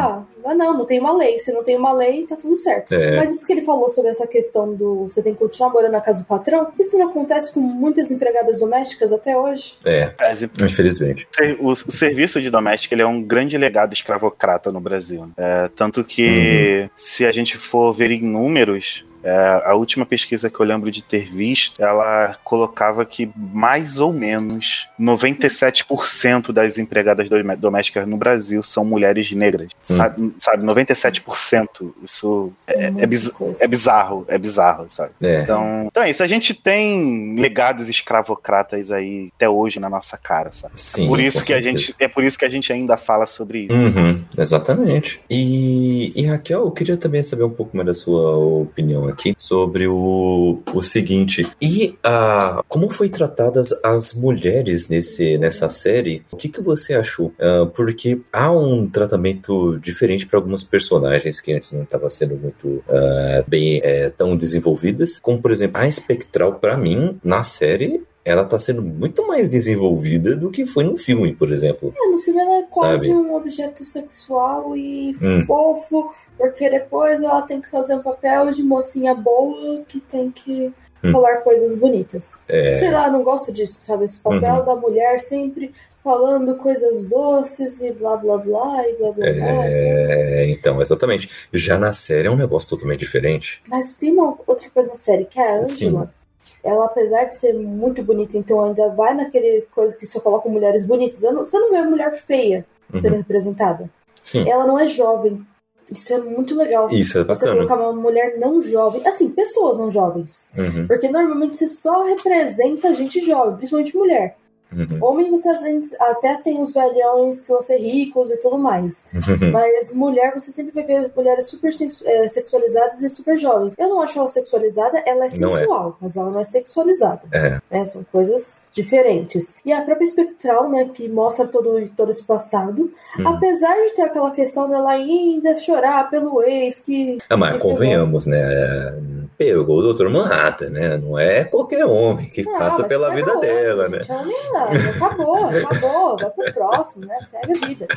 D: Mas não, não tem uma lei. Se não tem uma lei, tá tudo certo.
C: É.
D: Mas isso que ele falou sobre essa questão do você tem que continuar morando na casa do patrão, isso não acontece com muitas empregadas domésticas até hoje?
C: É, infelizmente.
F: O, o serviço de doméstica, ele é um grande legado escravocrata no Brasil. É, tanto que, uhum. se a gente for ver em números, É, a última pesquisa que eu lembro de ter visto, ela colocava que mais ou menos noventa e sete por cento das empregadas domésticas no Brasil são mulheres negras. Hum. Sabe, sabe, noventa e sete por cento. Isso é, é, biz, é bizarro, é bizarro, sabe? É. Então, então é isso. A gente tem legados escravocratas aí até hoje na nossa cara, sabe?
C: Sim,
F: é por isso que a gente, é por isso que a gente ainda fala sobre isso.
C: Uhum, exatamente. E, e Raquel, eu queria também saber um pouco mais da sua opinião aqui sobre o, o seguinte, e a, como foi tratadas as mulheres nesse, nessa série? O que, que você achou? Uh, porque há um tratamento diferente para algumas personagens que antes não estavam sendo muito uh, bem uh, tão desenvolvidas, como por exemplo a Espectral, para mim, na série ela tá sendo muito mais desenvolvida do que foi no filme, por exemplo.
D: É, no filme ela é quase Sabe? um objeto sexual e hum. fofo, porque depois ela tem que fazer um papel de mocinha boa que tem que hum. falar coisas bonitas. É. Sei lá, não gosto disso, sabe? Esse papel uhum. da mulher sempre falando coisas doces e blá blá blá e blá blá
C: é,
D: blá.
C: É, então, exatamente. Já na série é um negócio totalmente diferente.
D: Mas tem uma outra coisa na série, que é a Angela. Ela, apesar de ser muito bonita, então ainda vai naquele coisa que só colocam mulheres bonitas. Não, você não vê uma mulher feia uhum. sendo representada.
C: Sim.
D: Ela não é jovem. Isso é muito legal.
C: Isso é bacana.
D: Você colocar uma mulher não jovem. Assim, pessoas não jovens.
C: Uhum.
D: Porque normalmente você só representa gente jovem, principalmente mulher.
C: Uhum.
D: Homem, você até tem os velhões que vão ser ricos e tudo mais. Uhum. Mas mulher, você sempre vai ver mulheres super é, sexualizadas e super jovens. Eu não acho ela sexualizada, ela é sensual, é. mas ela não é sexualizada.
C: É.
D: É, são coisas diferentes. E a própria Espectral, né, que mostra todo, todo esse passado, uhum. apesar de ter aquela questão dela ainda chorar pelo ex que...
C: Ah, mas convenhamos, né? Pegou o doutor Manhattan, né? Não é qualquer homem que não, passa pela vida outra, dela,
D: gente,
C: né?
D: Acabou, acabou, vai pro próximo, né? Segue a vida.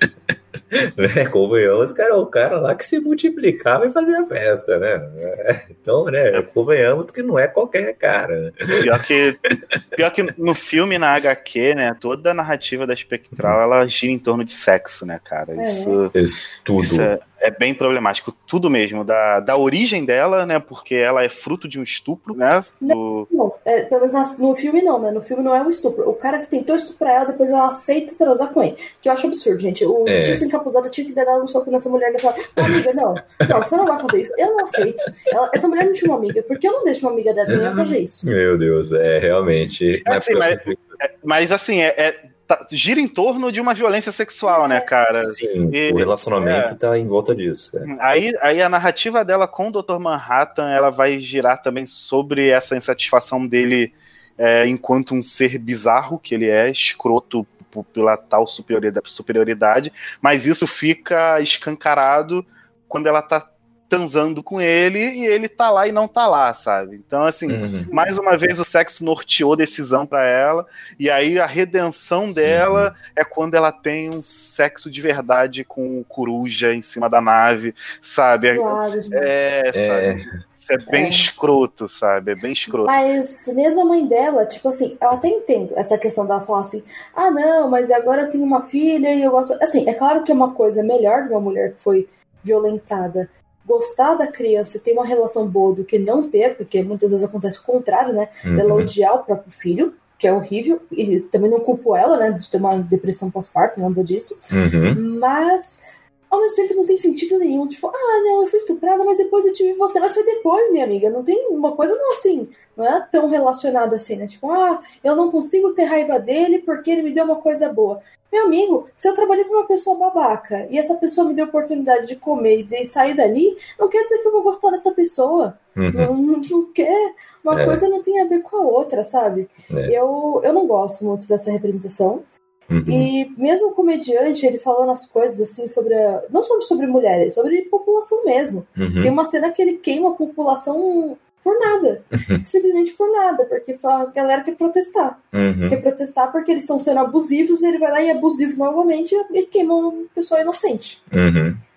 C: Né, convenhamos, cara, o cara lá que se multiplicava e fazia festa, né? Então, né, convenhamos que não é qualquer cara.
F: Pior que, pior que no filme, na H Q, né, toda a narrativa da Espectral, ela gira em torno de sexo, né, cara? Isso,
C: é. Tudo.
F: Isso é, é bem problemático, tudo mesmo, da, da origem dela, né, porque ela é fruto de um estupro, né? Do...
D: Não, não é, pelo menos no filme não, né, no filme não é um estupro. O cara que tentou estuprar ela, depois ela aceita transar com ele, que eu acho absurdo, gente. O
C: é.
D: Justiça Encapuzada tinha que dar um soco nessa mulher nessa... Amiga, não, não, você não vai fazer isso, eu não aceito. Ela, essa mulher não tinha uma amiga, por que eu não deixo uma amiga da minha fazer isso?
C: Meu Deus, é, realmente...
F: É assim, mas, é, mas assim, é... é... Tá, gira em torno de uma violência sexual, né, cara?
C: Sim, e, o relacionamento é, tá em volta disso. É.
F: Aí, aí a narrativa dela com o doutor Manhattan, ela vai girar também sobre essa insatisfação dele é, enquanto um ser bizarro, que ele é, escroto p- pela tal superioridade, superioridade, mas isso fica escancarado quando ela tá transando com ele e ele tá lá e não tá lá, sabe? Então, assim, uhum. mais uma vez o sexo norteou decisão pra ela, e aí a redenção dela uhum. é quando ela tem um sexo de verdade com o Coruja em cima da nave, sabe?
D: Suave,
F: é, é, sabe? Isso é bem é. escroto, sabe? É bem escroto.
D: Mas mesmo a mãe dela, tipo assim, eu até entendo essa questão dela falar assim, ah, não, mas agora eu tenho uma filha e eu gosto... Assim, é claro que é uma coisa melhor de uma mulher que foi violentada gostar da criança e ter uma relação boa do que não ter, porque muitas vezes acontece o contrário, né? Uhum. Ela odiar o próprio filho, que é horrível, e também não culpo ela, né, de ter uma depressão pós-parto, nada disso.
C: Uhum.
D: Mas, ao mesmo tempo, não tem sentido nenhum. Tipo, ah, não, eu fui estuprada, mas depois eu tive você. Mas foi depois, minha amiga. Não tem uma coisa, não assim, não é tão relacionada assim, né? Tipo, ah, eu não consigo ter raiva dele porque ele me deu uma coisa boa. Meu amigo, se eu trabalhei pra uma pessoa babaca e essa pessoa me deu a oportunidade de comer e de sair dali, não quer dizer que eu vou gostar dessa pessoa. Uhum. Não, não, não quer. Uma é. coisa não tem a ver com a outra, sabe? É. Eu, eu não gosto muito dessa representação. Uhum. E mesmo o comediante, ele falando as coisas assim sobre a, não só sobre mulheres, sobre população mesmo.
C: Uhum.
D: Tem uma cena que ele queima a população por nada. Uhum. Simplesmente por nada, porque a galera quer protestar.
C: Uhum.
D: Quer protestar porque eles estão sendo abusivos, e ele vai lá e é abusivo novamente e queima uma pessoa inocente.
C: Uhum.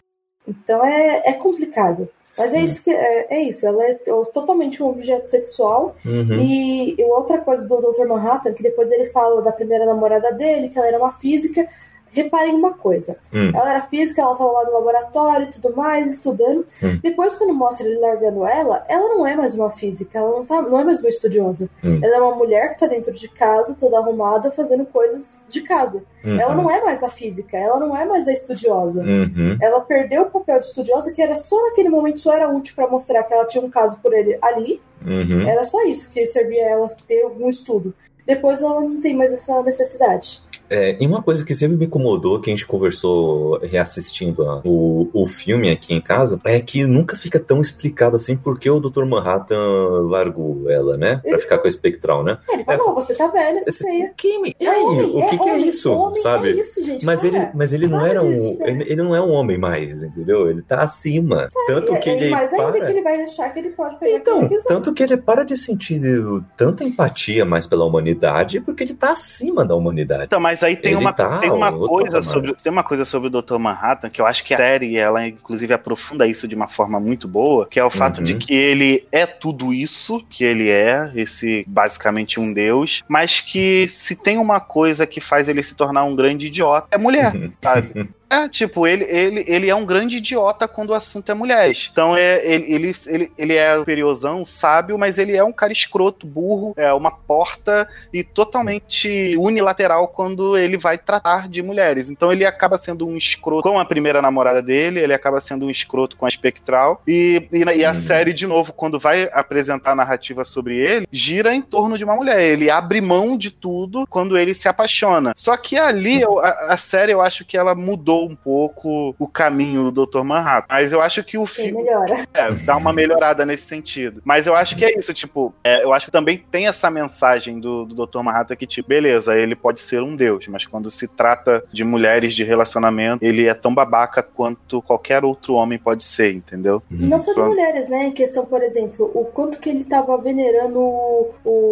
D: Então é, é complicado. Mas é isso, que, é, é isso, ela é totalmente um objeto sexual. Uhum. E, e outra coisa do doutor Manhattan, que depois ele fala da primeira namorada dele, que ela era uma física. Reparem uma coisa, hum. ela era física, ela estava lá no laboratório e tudo mais, estudando. Hum. Depois, quando mostra ele largando ela, ela não é mais uma física, ela não, tá, não é mais uma estudiosa. Hum. Ela é uma mulher que está dentro de casa, toda arrumada, fazendo coisas de casa. Uhum. Ela não é mais a física, ela não é mais a estudiosa. Uhum. Ela perdeu o papel de estudiosa, que era só naquele momento, só era útil para mostrar que ela tinha um caso por ele ali. Uhum. Era só isso que servia a ela ter algum estudo. Depois ela não tem mais essa necessidade.
C: É, e uma coisa que sempre me incomodou, que a gente conversou reassistindo a, o, o filme aqui em casa, é que nunca fica tão explicado assim por que o doutor Manhattan largou ela, né? Pra ele ficar com a espectral, né?
D: Ele falou, é, você tá velha, você é.
C: Que, e aí, homem, o que é, que é isso, homem, sabe? É isso, gente, mas, ele, mas ele não era um... Ele, ele não é um homem mais, entendeu? Ele tá acima. Tá, tanto
D: é,
C: que ele
D: Mas
C: para...
D: ainda que ele vai achar que ele pode pegar
C: Então, tanto que ele para de sentir tanta empatia mais pela humanidade, porque ele tá acima da humanidade.
F: Então, mas aí tem
C: ele
F: uma,
C: tá,
F: tem uma coisa sobre tem uma coisa sobre o doutor Manhattan que eu acho que a série, ela inclusive aprofunda isso de uma forma muito boa, que é o fato uhum. de que ele é tudo isso que ele é, esse basicamente um deus, mas que se tem uma coisa que faz ele se tornar um grande idiota, é mulher, sabe? É, tipo, ele, ele, ele é um grande idiota quando o assunto é mulheres. Então, é, ele, ele, ele, ele é superiorzão, sábio, mas ele é um cara escroto, burro, é uma porta e totalmente unilateral quando ele vai tratar de mulheres. Então, ele acaba sendo um escroto com a primeira namorada dele, ele acaba sendo um escroto com a Espectral, e, e, e a uhum. série, de novo, quando vai apresentar a narrativa sobre ele, gira em torno de uma mulher. Ele abre mão de tudo quando ele se apaixona. Só que ali, eu, a, a série, eu acho que ela mudou um pouco o caminho do doutor Manhattan. Mas eu acho que o filme é, dá uma melhorada nesse sentido. Mas eu acho que é isso, tipo, é, eu acho que também tem essa mensagem do, do doutor Manhattan que, tipo, beleza, ele pode ser um deus, mas quando se trata de mulheres de relacionamento, ele é tão babaca quanto qualquer outro homem pode ser, entendeu?
D: Não só de então, mulheres, né? Em questão, por exemplo, o quanto que ele tava venerando o,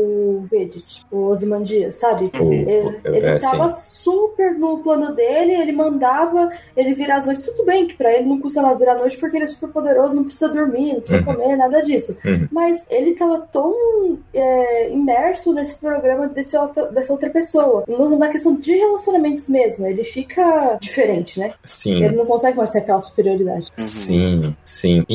D: o Vedit, o Ozymandias, sabe?
C: Uhum.
D: Ele, ele é, tava sim. super no plano dele, ele mandava ele virar as noites, tudo bem que pra ele não custa nada virar a noite porque ele é super poderoso, não precisa dormir, não precisa uhum. comer, nada disso. Uhum. Mas ele tava tão é, imerso nesse programa desse outra, dessa outra pessoa, no, na questão de relacionamentos mesmo, ele fica diferente, né?
C: Sim.
D: Ele não consegue mais ter aquela superioridade.
C: Uhum. Sim, sim.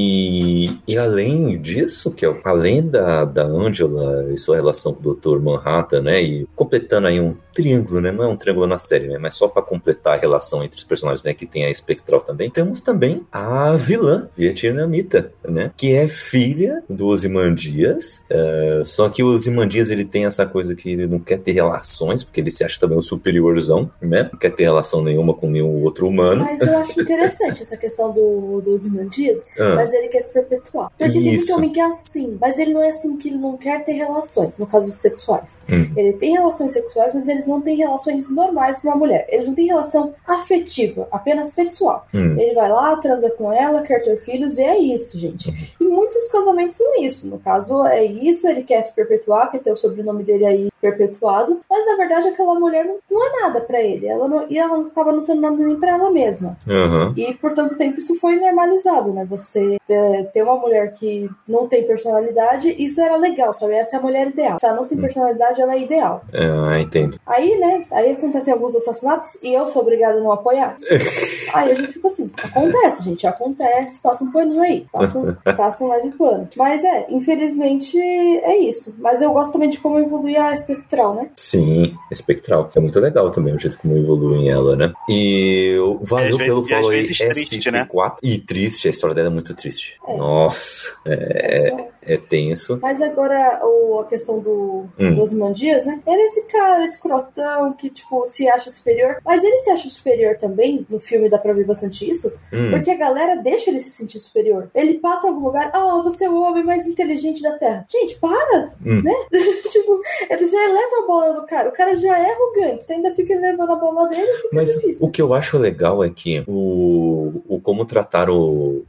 C: E, e além disso, que é, além da, da Angela e sua relação com o doutor Manhattan, né, e completando aí um triângulo, né, não é um triângulo na série, né, mas só pra completar a relação entre os personagens, né, que tem a Espectral também, temos também a vilã vietnamita, né, que é filha do Ozymandias, uh, só que o Ozymandias, ele tem essa coisa que ele não quer ter relações, porque ele se acha também um superiorzão, né, não quer ter relação nenhuma com nenhum outro humano.
D: Mas eu acho interessante essa questão do, do Ozymandias, ah. mas ele quer se perpetuar. Porque Isso. tem muito homem que é assim, mas ele não é assim que ele não quer ter relações, no caso dos sexuais. Hum. Ele tem relações sexuais, mas eles não têm relações normais com uma mulher. Eles não têm relação afetiva, apenas sexual. Hum. Ele vai lá, transa com ela, quer ter filhos, e é isso, gente. E muitos casamentos são isso. No caso, é isso, ele quer se perpetuar, quer ter o sobrenome dele aí perpetuado, mas na verdade aquela mulher não, não é nada pra ele. Ela não, e ela acaba não sendo nada nem pra ela mesma. Uhum. E por tanto tempo isso foi normalizado, né? Você é, ter uma mulher que não tem personalidade, isso era legal, sabe? Essa é a mulher ideal. Se ela não tem personalidade, ela é ideal.
C: Ah, entendo.
D: Aí, né? Aí acontecem alguns assassinatos e eu sou obrigada a não apoiar. Aí a gente fica assim, acontece, gente, acontece, passa um paninho aí, passa um, passa um leve pano. Mas é, infelizmente é isso. Mas eu gosto também de como evolui a Espectral, né?
C: Sim, Espectral. É muito legal também o jeito como evoluem ela, né? E valeu
F: é,
C: pelo follow aí,
F: S P quatro.
C: Né? E triste, a história dela é muito triste. É. Nossa, é, é, é tenso.
D: Mas agora o, a questão do, hum. do Ozymandias, né? Ele é esse cara escrotão que, tipo, se acha superior, mas ele se acha superior também, no filme dá pra ver bastante isso, hum. porque a galera deixa ele se sentir superior. Ele passa em algum lugar, ah, oh, você é o homem mais inteligente da Terra. Gente, para! Hum. Né? Tipo, ele já eleva a bola do cara, o cara já é arrogante, você ainda fica levando a bola dele, fica
C: mas
D: difícil.
C: O que eu acho legal é que o, o como tratar o o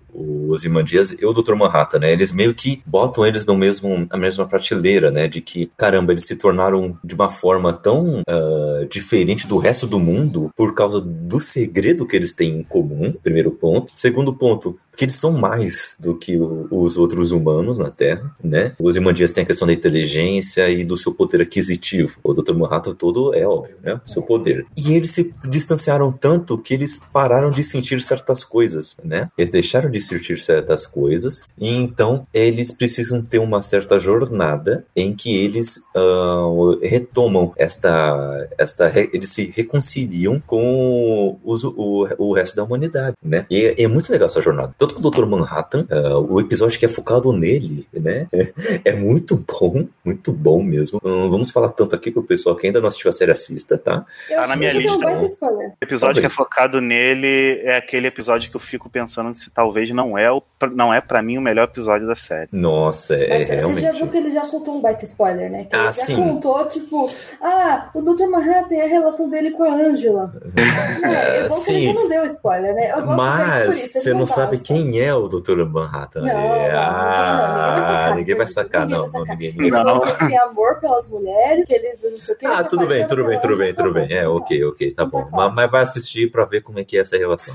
C: Ozymandias e o doutor Manhattan, né? Eles meio que botam eles no mesmo, na mesma prateleira, né? De que, caramba, eles se tornaram de uma forma tão uh, diferente do resto do mundo por causa do segredo que eles têm em comum, primeiro ponto. Segundo ponto, porque eles são mais do que o, os outros humanos na Terra, né? Os Ozymandias têm a questão da inteligência e do seu poder aquisitivo. O doutor Manhattan todo é óbvio, né? O seu poder. E eles se distanciaram tanto que eles pararam de sentir certas coisas, né? Eles deixaram de sentir certas coisas e então eles precisam ter uma certa jornada em que eles uh, retomam esta... esta eles se reconciliam com os, o, o resto da humanidade, né? E é, é muito legal essa jornada. Tanto que o doutor Manhattan, uh, o episódio que é focado nele, né? É, é muito bom, muito bom mesmo. Um, vamos falar tanto aqui pro pessoal que ainda não assistiu a série assista, tá?
F: Tá na minha lista. O episódio talvez. Que é focado nele é aquele episódio que eu fico pensando se talvez não é, o, não é pra mim o melhor episódio da série.
C: Nossa, é,
D: Mas,
C: realmente.
D: Você já viu que ele já soltou um baita spoiler, né? Que
C: ah,
D: ele já
C: sim.
D: contou, tipo, ah, o doutor Manhattan e a relação dele com a Angela. É, eu
C: sim.
D: Ele já não deu spoiler, né? Eu
C: Mas você não sabe quem é o doutor Manhattan.
D: Não,
C: é,
D: não,
C: ah,
D: ninguém vai sacar.
C: Ninguém vai sacar, não.
D: Ninguém vai sacar.
C: Não, ninguém,
D: ninguém.
C: não.
D: Ele tem amor pelas mulheres, que eles não sei o que.
C: Ah, tudo bem, tudo bem, tudo bem, tudo bem. É, ok, ok, tá bom. Mas, mas vai assistir pra ver como é que é essa relação.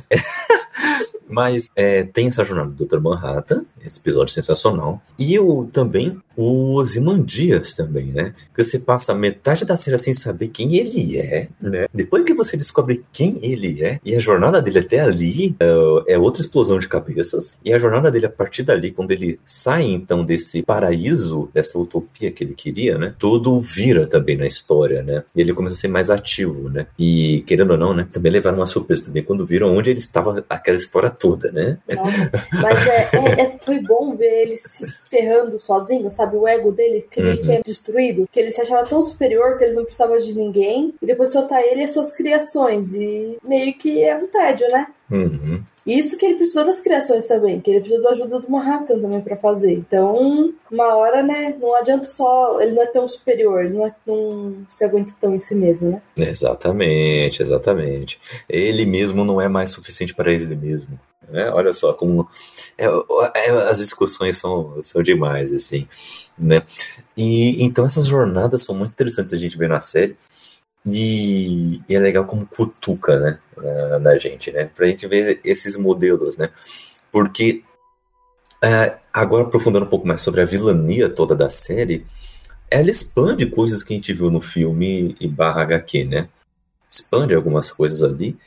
C: Mas é, tem essa jornada do doutor Manhattan, esse episódio sensacional. E o, também o Ozymandias também, né? Porque você passa metade da série sem saber quem ele é, né? Depois que você descobre quem ele é, e a jornada dele até ali é, é outra explosão de cabeças. E a jornada dele a partir dali, quando ele sai então desse paraíso, dessa utopia que ele queria, né? Tudo vira também na história, né? E ele começa a ser mais ativo, né? E querendo ou não, né? Também levaram uma surpresa também quando viram onde ele estava, aquela história toda, né?
D: Nossa, mas é, é, é, foi bom ver ele se ferrando sozinho, sabe? O ego dele, que, uhum. que é destruído, que ele se achava tão superior que ele não precisava de ninguém, e depois soltar ele e as suas criações, e meio que é um tédio, né?
C: Uhum.
D: Isso que ele precisou das criações também, que ele precisou da ajuda do Manhattan também pra fazer. Então, uma hora, né, não adianta só, ele não é tão superior, ele não, é, não se aguenta tão em si mesmo, né?
C: Exatamente, exatamente. Ele mesmo não é mais suficiente para ele mesmo. Né? Olha só como é, é, as discussões são, são demais, assim, né? E então essas jornadas são muito interessantes a gente ver na série. E, e é legal como cutuca, né, na, na gente, né, pra gente ver esses modelos, né, porque é, agora aprofundando um pouco mais sobre a vilania toda da série, ela expande coisas que a gente viu no filme e barra H Q, né, expande algumas coisas ali,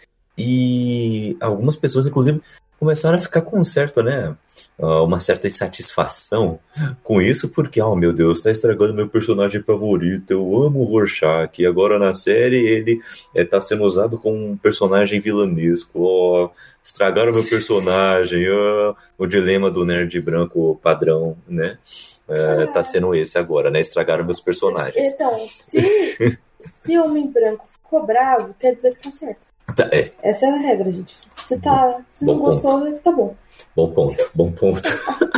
C: e algumas pessoas, inclusive, começaram a ficar com um certo, né, uma certa insatisfação com isso, porque, oh meu Deus, tá estragando meu personagem favorito, eu amo o Rorschach, e agora na série ele é, tá sendo usado como um personagem vilanesco, oh, estragaram meu personagem, oh, o dilema do nerd branco padrão, né, é, tá sendo esse agora, né, estragaram meus personagens.
D: Então, se, se Homem Branco ficou bravo, quer dizer que tá certo.
C: Tá, é.
D: Essa é a regra, gente. Se, tá, se não gostou, ponto. Tá bom.
C: Bom ponto, bom ponto.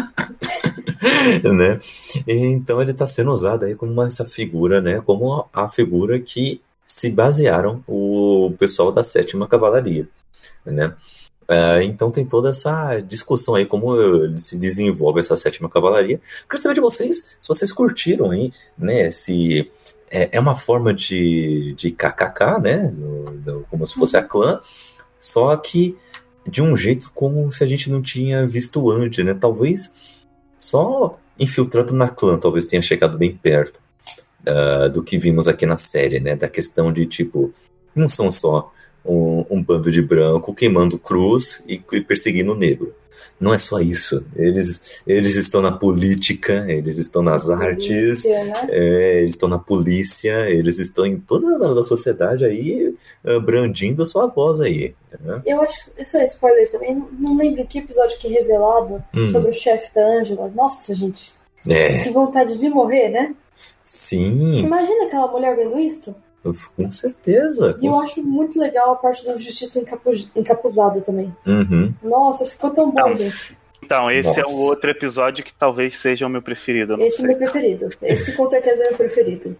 C: Né? Então ele está sendo usado aí como essa figura, né? Como a figura que se basearam o pessoal da Sétima Cavalaria, né? Uh, então tem toda essa discussão aí, como se desenvolve essa Sétima Cavalaria. Quero saber de vocês, se vocês curtiram aí, né? Se é, é uma forma de, de K K K, né? No, no, como se fosse a clã, só que de um jeito como se a gente não tinha visto antes, né? Talvez só Infiltrado na Clã talvez tenha chegado bem perto uh, do que vimos aqui na série, né? Da questão de, tipo, não são só um, um bando de branco queimando cruz e, e perseguindo o negro. Não é só isso. Eles, eles estão na política, eles estão nas artes, polícia, né? é, eles estão na polícia, eles estão em todas as áreas da sociedade aí, brandindo a sua voz aí. Né?
D: Eu acho que isso é spoiler também. Não lembro que episódio que é revelado hum. sobre o chefe da Angela. Nossa, gente. É. Que vontade de morrer, né?
C: Sim.
D: Imagina aquela mulher vendo isso.
C: Com certeza.
D: E eu acho muito legal a parte da justiça encapu... encapuzada também.
C: Uhum.
D: Nossa, ficou tão bom,
F: Não.
D: gente.
F: Então, esse
C: Nossa.
F: é o outro episódio que talvez seja o meu preferido.
D: Esse é o meu preferido. Esse com certeza é o meu preferido.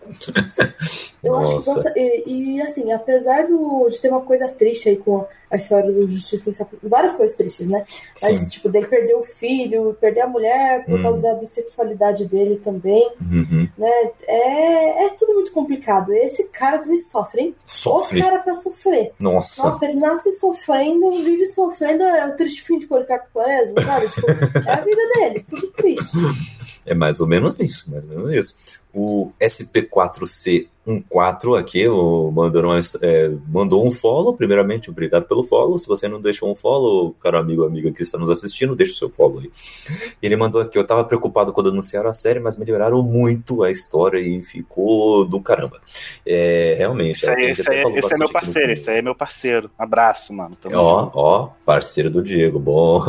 D: Eu
C: Nossa.
D: acho que você, e, e assim, apesar do, de ter uma coisa triste aí com a história do Justiça Encapuzada, várias coisas tristes, né? Mas,
C: Sim.
D: tipo, dele perder o filho, perder a mulher por
C: Hum.
D: causa da bissexualidade dele também,
C: Uhum.
D: né? É, é tudo muito complicado. Esse cara também sofre, hein?
C: Sofre.
D: O cara pra sofrer.
C: Nossa.
D: Nossa, ele nasce sofrendo, vive sofrendo, é o triste fim de Policarpo Quaresma, sabe? Tipo, é a vida dele, tudo triste.
C: É mais ou menos isso, mais ou menos isso. O S P quatro C quatorze aqui o, mandou, é, mandou um follow. Primeiramente, obrigado pelo follow. Se você não deixou um follow, caro amigo ou amiga que está nos assistindo, deixa o seu follow aí. Ele mandou aqui: eu tava preocupado quando anunciaram a série, mas melhoraram muito a história e ficou do caramba. É, realmente.
F: Esse, aí, esse, aí, esse é meu parceiro, esse aí é meu parceiro. Abraço, mano. Tamo
C: ó,
F: junto.
C: ó, parceiro do Diego, bom.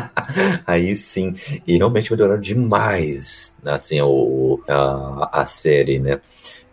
C: Aí sim, e realmente melhoraram demais, assim, o, a, a série, né?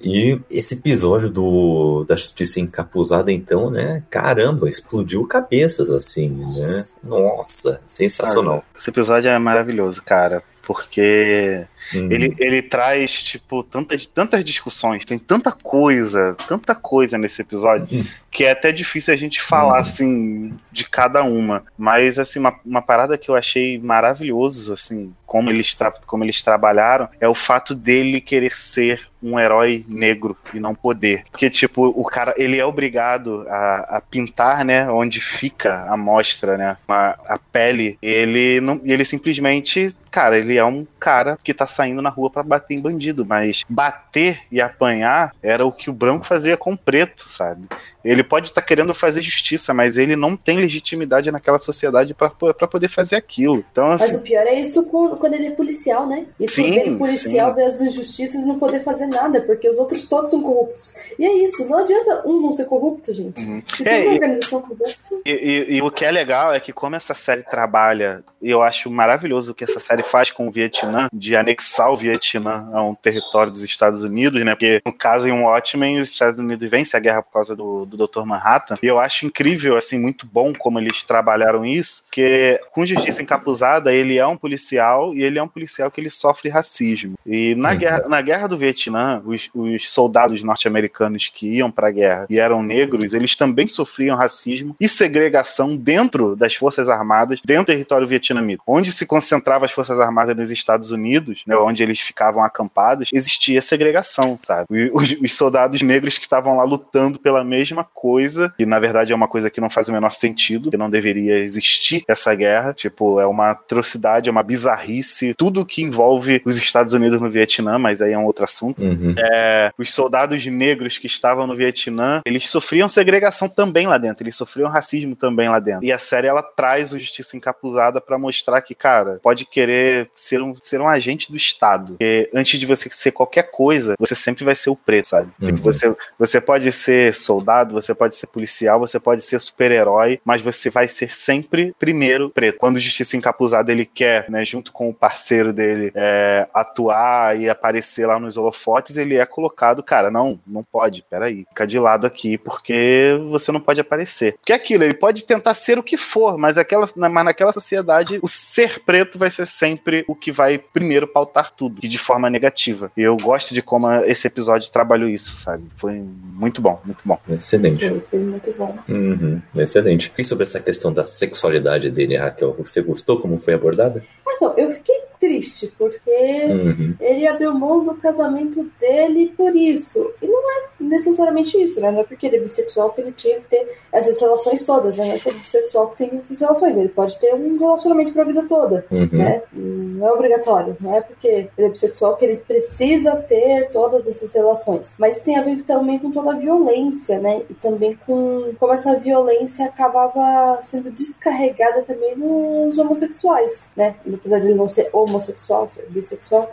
C: E esse episódio do, da Justiça Encapuzada, então, né? Caramba, explodiu cabeças, assim, né? Nossa, sensacional.
F: Ah, esse episódio é maravilhoso, cara, porque
C: Hum.
F: ele, ele traz, tipo, tantas, tantas discussões, tem tanta coisa, tanta coisa nesse episódio,
C: Hum.
F: que é até difícil a gente falar,
C: Hum.
F: assim, de cada uma. Mas, assim, uma, uma parada que eu achei maravilhoso, assim, como eles, tra- como eles trabalharam, é o fato dele querer ser um herói negro e não poder. Porque, tipo, o cara, ele é obrigado a, a pintar, né, onde fica a mostra, né, a, a pele. Ele, não, ele simplesmente, cara, ele é um cara que tá saindo na rua pra bater em bandido, mas bater e apanhar era o que o branco fazia com o preto, sabe? Ele pode estar querendo fazer justiça, mas ele não tem legitimidade naquela sociedade pra, pra poder fazer aquilo. Então, assim,
D: Mas o pior é isso quando, quando ele é policial, né? Isso
F: Sim,
D: dele policial
F: sim.
D: ver as injustiças e não poder fazer nada, porque os outros todos são corruptos. E é isso, não adianta um não ser corrupto, gente.
F: Uhum.
D: Se
F: É,
D: tem uma
F: e-
D: organização corrupta...
F: E, e- e o que é legal é que como essa série trabalha, e eu acho maravilhoso o que essa série faz com o Vietnã, de anexar o Vietnã a um território dos Estados Unidos, né? Porque no caso em Watchmen, os Estados Unidos vencem a guerra por causa do, do doutor Manhattan. E eu acho incrível, assim, muito bom como eles trabalharam isso, porque com Justiça Encapuzada, ele é um policial e ele é um policial que ele sofre racismo. E na,
C: Uhum.
F: guerra, na guerra do Vietnã, os, os soldados norte-americanos que iam pra guerra e eram negros, eles também sofriam racismo e segregação dentro das Forças Armadas, dentro do território vietnamita. Onde se concentrava as Forças Armadas nos Estados Unidos, né, onde eles ficavam acampados, existia segregação, sabe? E Os, os soldados negros que estavam lá lutando pela mesma coisa, e na verdade é uma coisa que não faz o menor sentido, que não deveria existir essa guerra, tipo, é uma atrocidade, é uma bizarrice, tudo que envolve os Estados Unidos no Vietnã, mas aí é um outro assunto.
C: Uhum.
F: É, os soldados negros que estavam no Vietnã, eles sofriam segregação também lá dentro, eles sofriam racismo também lá dentro. E a série, ela traz o Justiça Encapuzada pra mostrar que, cara, pode querer ser um, ser um agente do Estado. Porque antes de você ser qualquer coisa, você sempre vai ser o preto, sabe?
C: Uhum.
F: Tipo, você, você pode ser soldado, você pode ser policial, você pode ser super-herói, mas você vai ser sempre primeiro preto. Quando o Justiça Encapuzada, ele quer, né, junto com o parceiro dele, é, atuar e aparecer lá nos holofotes, ele é colocado, cara, não, não pode, peraí, fica de lado aqui, porque você não pode aparecer. Porque é aquilo, ele pode tentar ser o que for, mas, aquela, mas naquela sociedade, o ser preto vai ser sempre o que vai primeiro pautar tudo, e de forma negativa. E eu gosto de como esse episódio trabalhou isso, sabe? Foi muito bom, muito bom.
C: Excelente.
D: Foi, foi muito bom.
C: Uhum. Excelente. E sobre essa questão da sexualidade dele, Raquel, você gostou como foi abordada?
D: Mas não, eu fiquei triste, porque
C: Uhum.
D: ele abriu mão do casamento dele por isso. E não é necessariamente isso, né? Não é porque ele é bissexual que ele tinha que ter essas relações todas, né? Não é todo bissexual que tem essas relações. Ele pode ter um relacionamento pra vida toda,
C: Uhum.
D: né? Não é obrigatório. Não é porque ele é bissexual que ele precisa ter todas essas relações. Mas isso tem a ver também com toda a violência, né? E também com como essa violência acabava sendo descarregada também nos homossexuais, né? Apesar de ele não ser homossexual, ser bissexual,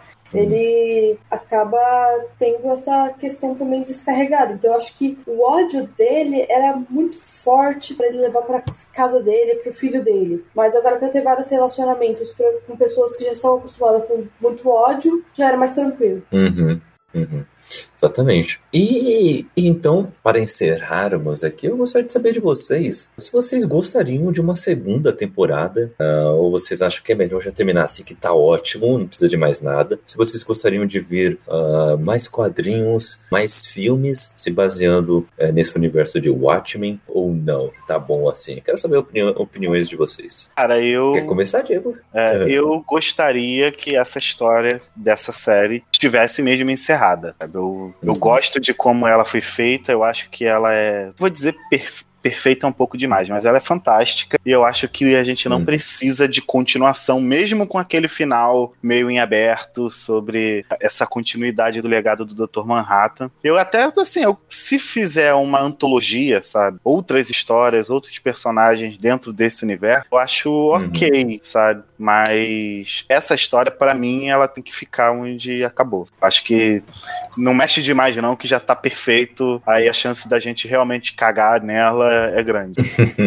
D: ele acaba tendo essa questão também descarregada. Então eu acho que o ódio dele era muito forte pra ele levar pra casa dele, pro filho dele. Mas agora, pra ter vários relacionamentos pra, com pessoas que já estavam acostumadas com muito ódio, já era mais tranquilo.
C: Uhum. Uhum. Exatamente. E, e então, para encerrarmos aqui, eu gostaria de saber de vocês se vocês gostariam de uma segunda temporada, uh, ou vocês acham que é melhor já terminar assim, que tá ótimo, não precisa de mais nada. Se vocês gostariam de ver uh, mais quadrinhos, mais filmes, se baseando uh, nesse universo de Watchmen, ou não, tá bom assim. Quero saber opini- opiniões de vocês.
F: Cara, eu...
C: Quer começar, Diego?
F: É, é. Eu gostaria que essa história dessa série estivesse mesmo encerrada, sabe? Eu, eu uhum. gosto de como ela foi feita, eu acho que ela é, vou dizer, perfeita. Perfeita é um pouco demais, mas ela é fantástica e eu acho que a gente não hum. precisa de continuação, mesmo com aquele final meio em aberto sobre essa continuidade do legado do doutor Manhattan. Eu até, assim, eu, se fizer uma antologia, sabe, outras histórias, outros personagens dentro desse universo, eu acho ok, uhum. sabe, mas essa história, pra mim, ela tem que ficar onde acabou. Acho que não mexe demais não, que já tá perfeito, aí a chance da gente realmente cagar nela é grande.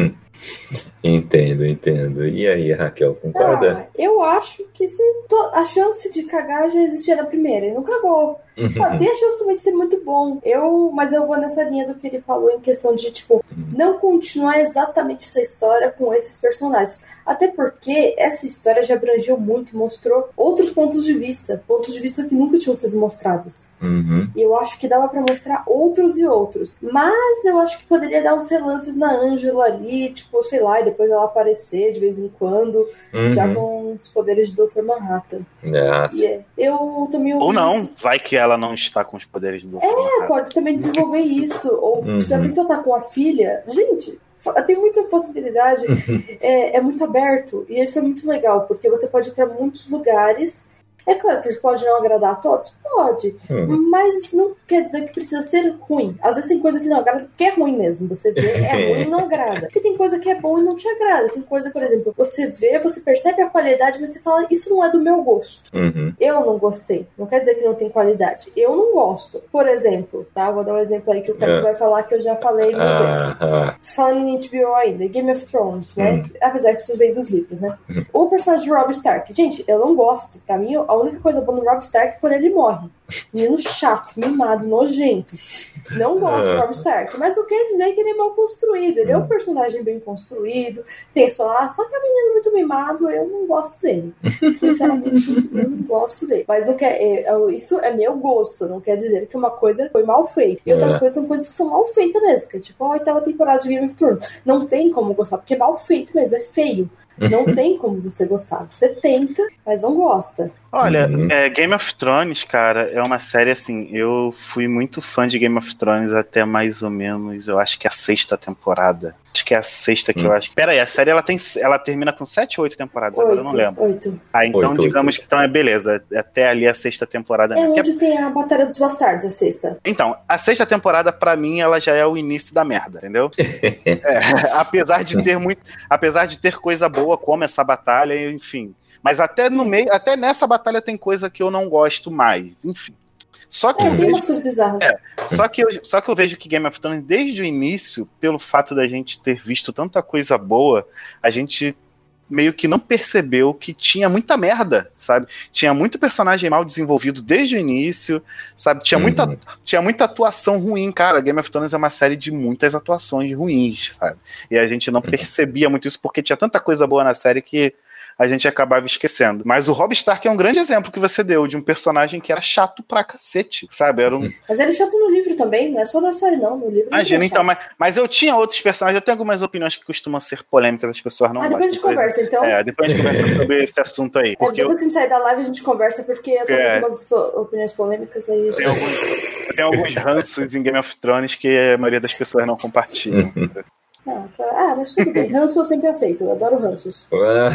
C: Entendo, entendo. E aí, Raquel, concorda?
D: Ah, eu acho que se to... a chance de cagar já existia na primeira e não cagou. Sabe, tem a chance também de ser muito bom. Eu, mas eu vou nessa linha do que ele falou em questão de, tipo, não continuar exatamente essa história com esses personagens. Até porque essa história já abrangeu muito, mostrou outros pontos de vista, pontos de vista que nunca tinham sido mostrados.
C: Uhum.
D: E eu acho que dava pra mostrar outros e outros. Mas eu acho que poderia dar uns relances na Ângela ali, tipo, sei lá, e depois ela aparecer de vez em quando, uhum. já com os poderes de doutor Manhattan.
C: É,
D: yeah. Eu também
F: Ou não, isso. Vai que ela não está com os poderes do doutor
D: É,
F: Manhattan.
D: Pode também desenvolver isso. Ou
C: uhum.
D: se a pessoa tá com a filha, gente, tem muita possibilidade. é, é muito aberto. E isso é muito legal, porque você pode ir pra muitos lugares. É claro que isso pode não agradar a todos? Pode. Uhum. Mas não quer dizer que precisa ser ruim. Às vezes tem coisa que não agrada porque é ruim mesmo. Você vê, é ruim e não agrada. E tem coisa que é bom e não te agrada. Tem coisa, por exemplo, você vê, você percebe a qualidade, mas você fala, isso não é do meu gosto.
C: Uhum.
D: Eu não gostei. Não quer dizer que não tem qualidade. Eu não gosto. Por exemplo, tá? Vou dar um exemplo aí que o cara yeah. vai falar que eu já falei mil vezes.
C: Uh-huh.
D: Falando em H B O ainda, Game of Thrones, né? Uhum. Apesar que isso veio dos livros, né? Uhum. O personagem de Robb Stark. Gente, eu não gosto. Pra mim, a única coisa boa no Robb Stark é quando ele morre. Menino chato, mimado, nojento. Não gosto do Robb Stark, mas não quer dizer que ele é mal construído. Ele é um personagem bem construído, tem só lá, só que é um menino muito mimado, eu não gosto dele. Sinceramente, eu não gosto dele. Mas não quer, é, isso é meu gosto, não quer dizer que uma coisa foi mal feita. E outras é. coisas são coisas que são mal feitas mesmo, que é tipo a oitava temporada de Game of Thrones. Não tem como gostar, porque é mal feito mesmo, é feio. Não tem como você gostar. Você tenta, mas não gosta.
F: Olha, uhum. é, Game of Thrones, cara, é uma série assim, eu fui muito fã de Game of Thrones até mais ou menos, eu acho que a sexta temporada. Acho que é a sexta que hum. eu acho. Pera aí, a série ela, tem, ela termina com sete ou oito temporadas, oito, agora eu não lembro.
D: Oito.
F: Ah, então
C: oito,
F: digamos
C: oito.
F: que então é beleza, até ali a sexta temporada.
D: É
F: mesmo.
D: onde que tem a Batalha dos Bastardos, a sexta.
F: Então, a sexta temporada pra mim ela já é o início da merda, entendeu? é, apesar de ter muito, apesar de ter coisa boa como essa batalha, enfim. Mas até no meio, até nessa batalha tem coisa que eu não gosto mais, enfim. Só que
D: é,
F: eu
D: tem
F: vejo,
D: umas coisas bizarras.
F: É, só, que eu, só que eu vejo que Game of Thrones, desde o início, pelo fato da gente ter visto tanta coisa boa, a gente meio que não percebeu que tinha muita merda, sabe? Tinha muito personagem mal desenvolvido desde o início, sabe? Tinha, uhum. muita, tinha muita atuação ruim, cara. Game of Thrones é uma série de muitas atuações ruins, sabe? E a gente não percebia muito isso porque tinha tanta coisa boa na série que a gente acabava esquecendo. Mas o Robb Stark é um grande exemplo que você deu de um personagem que era chato pra cacete, sabe? Era um...
D: Mas ele é chato no livro também, não é só na série não, no livro.
F: Imagina, então, mas, mas eu tinha outros personagens, eu tenho algumas opiniões que costumam ser polêmicas, as pessoas não
D: ah,
F: gostam.
D: depois a gente conversa, então.
F: É, depois a gente conversa sobre esse assunto aí. Porque
D: é, depois
F: eu...
D: que a gente sair da live a gente conversa, porque eu também é. tenho umas opiniões polêmicas aí.
F: Tem alguns, tem alguns ranços em Game of Thrones que a maioria das pessoas não compartilham.
D: Ah, tá. ah, mas tudo bem. Ranço eu sempre aceito. Eu adoro ranços.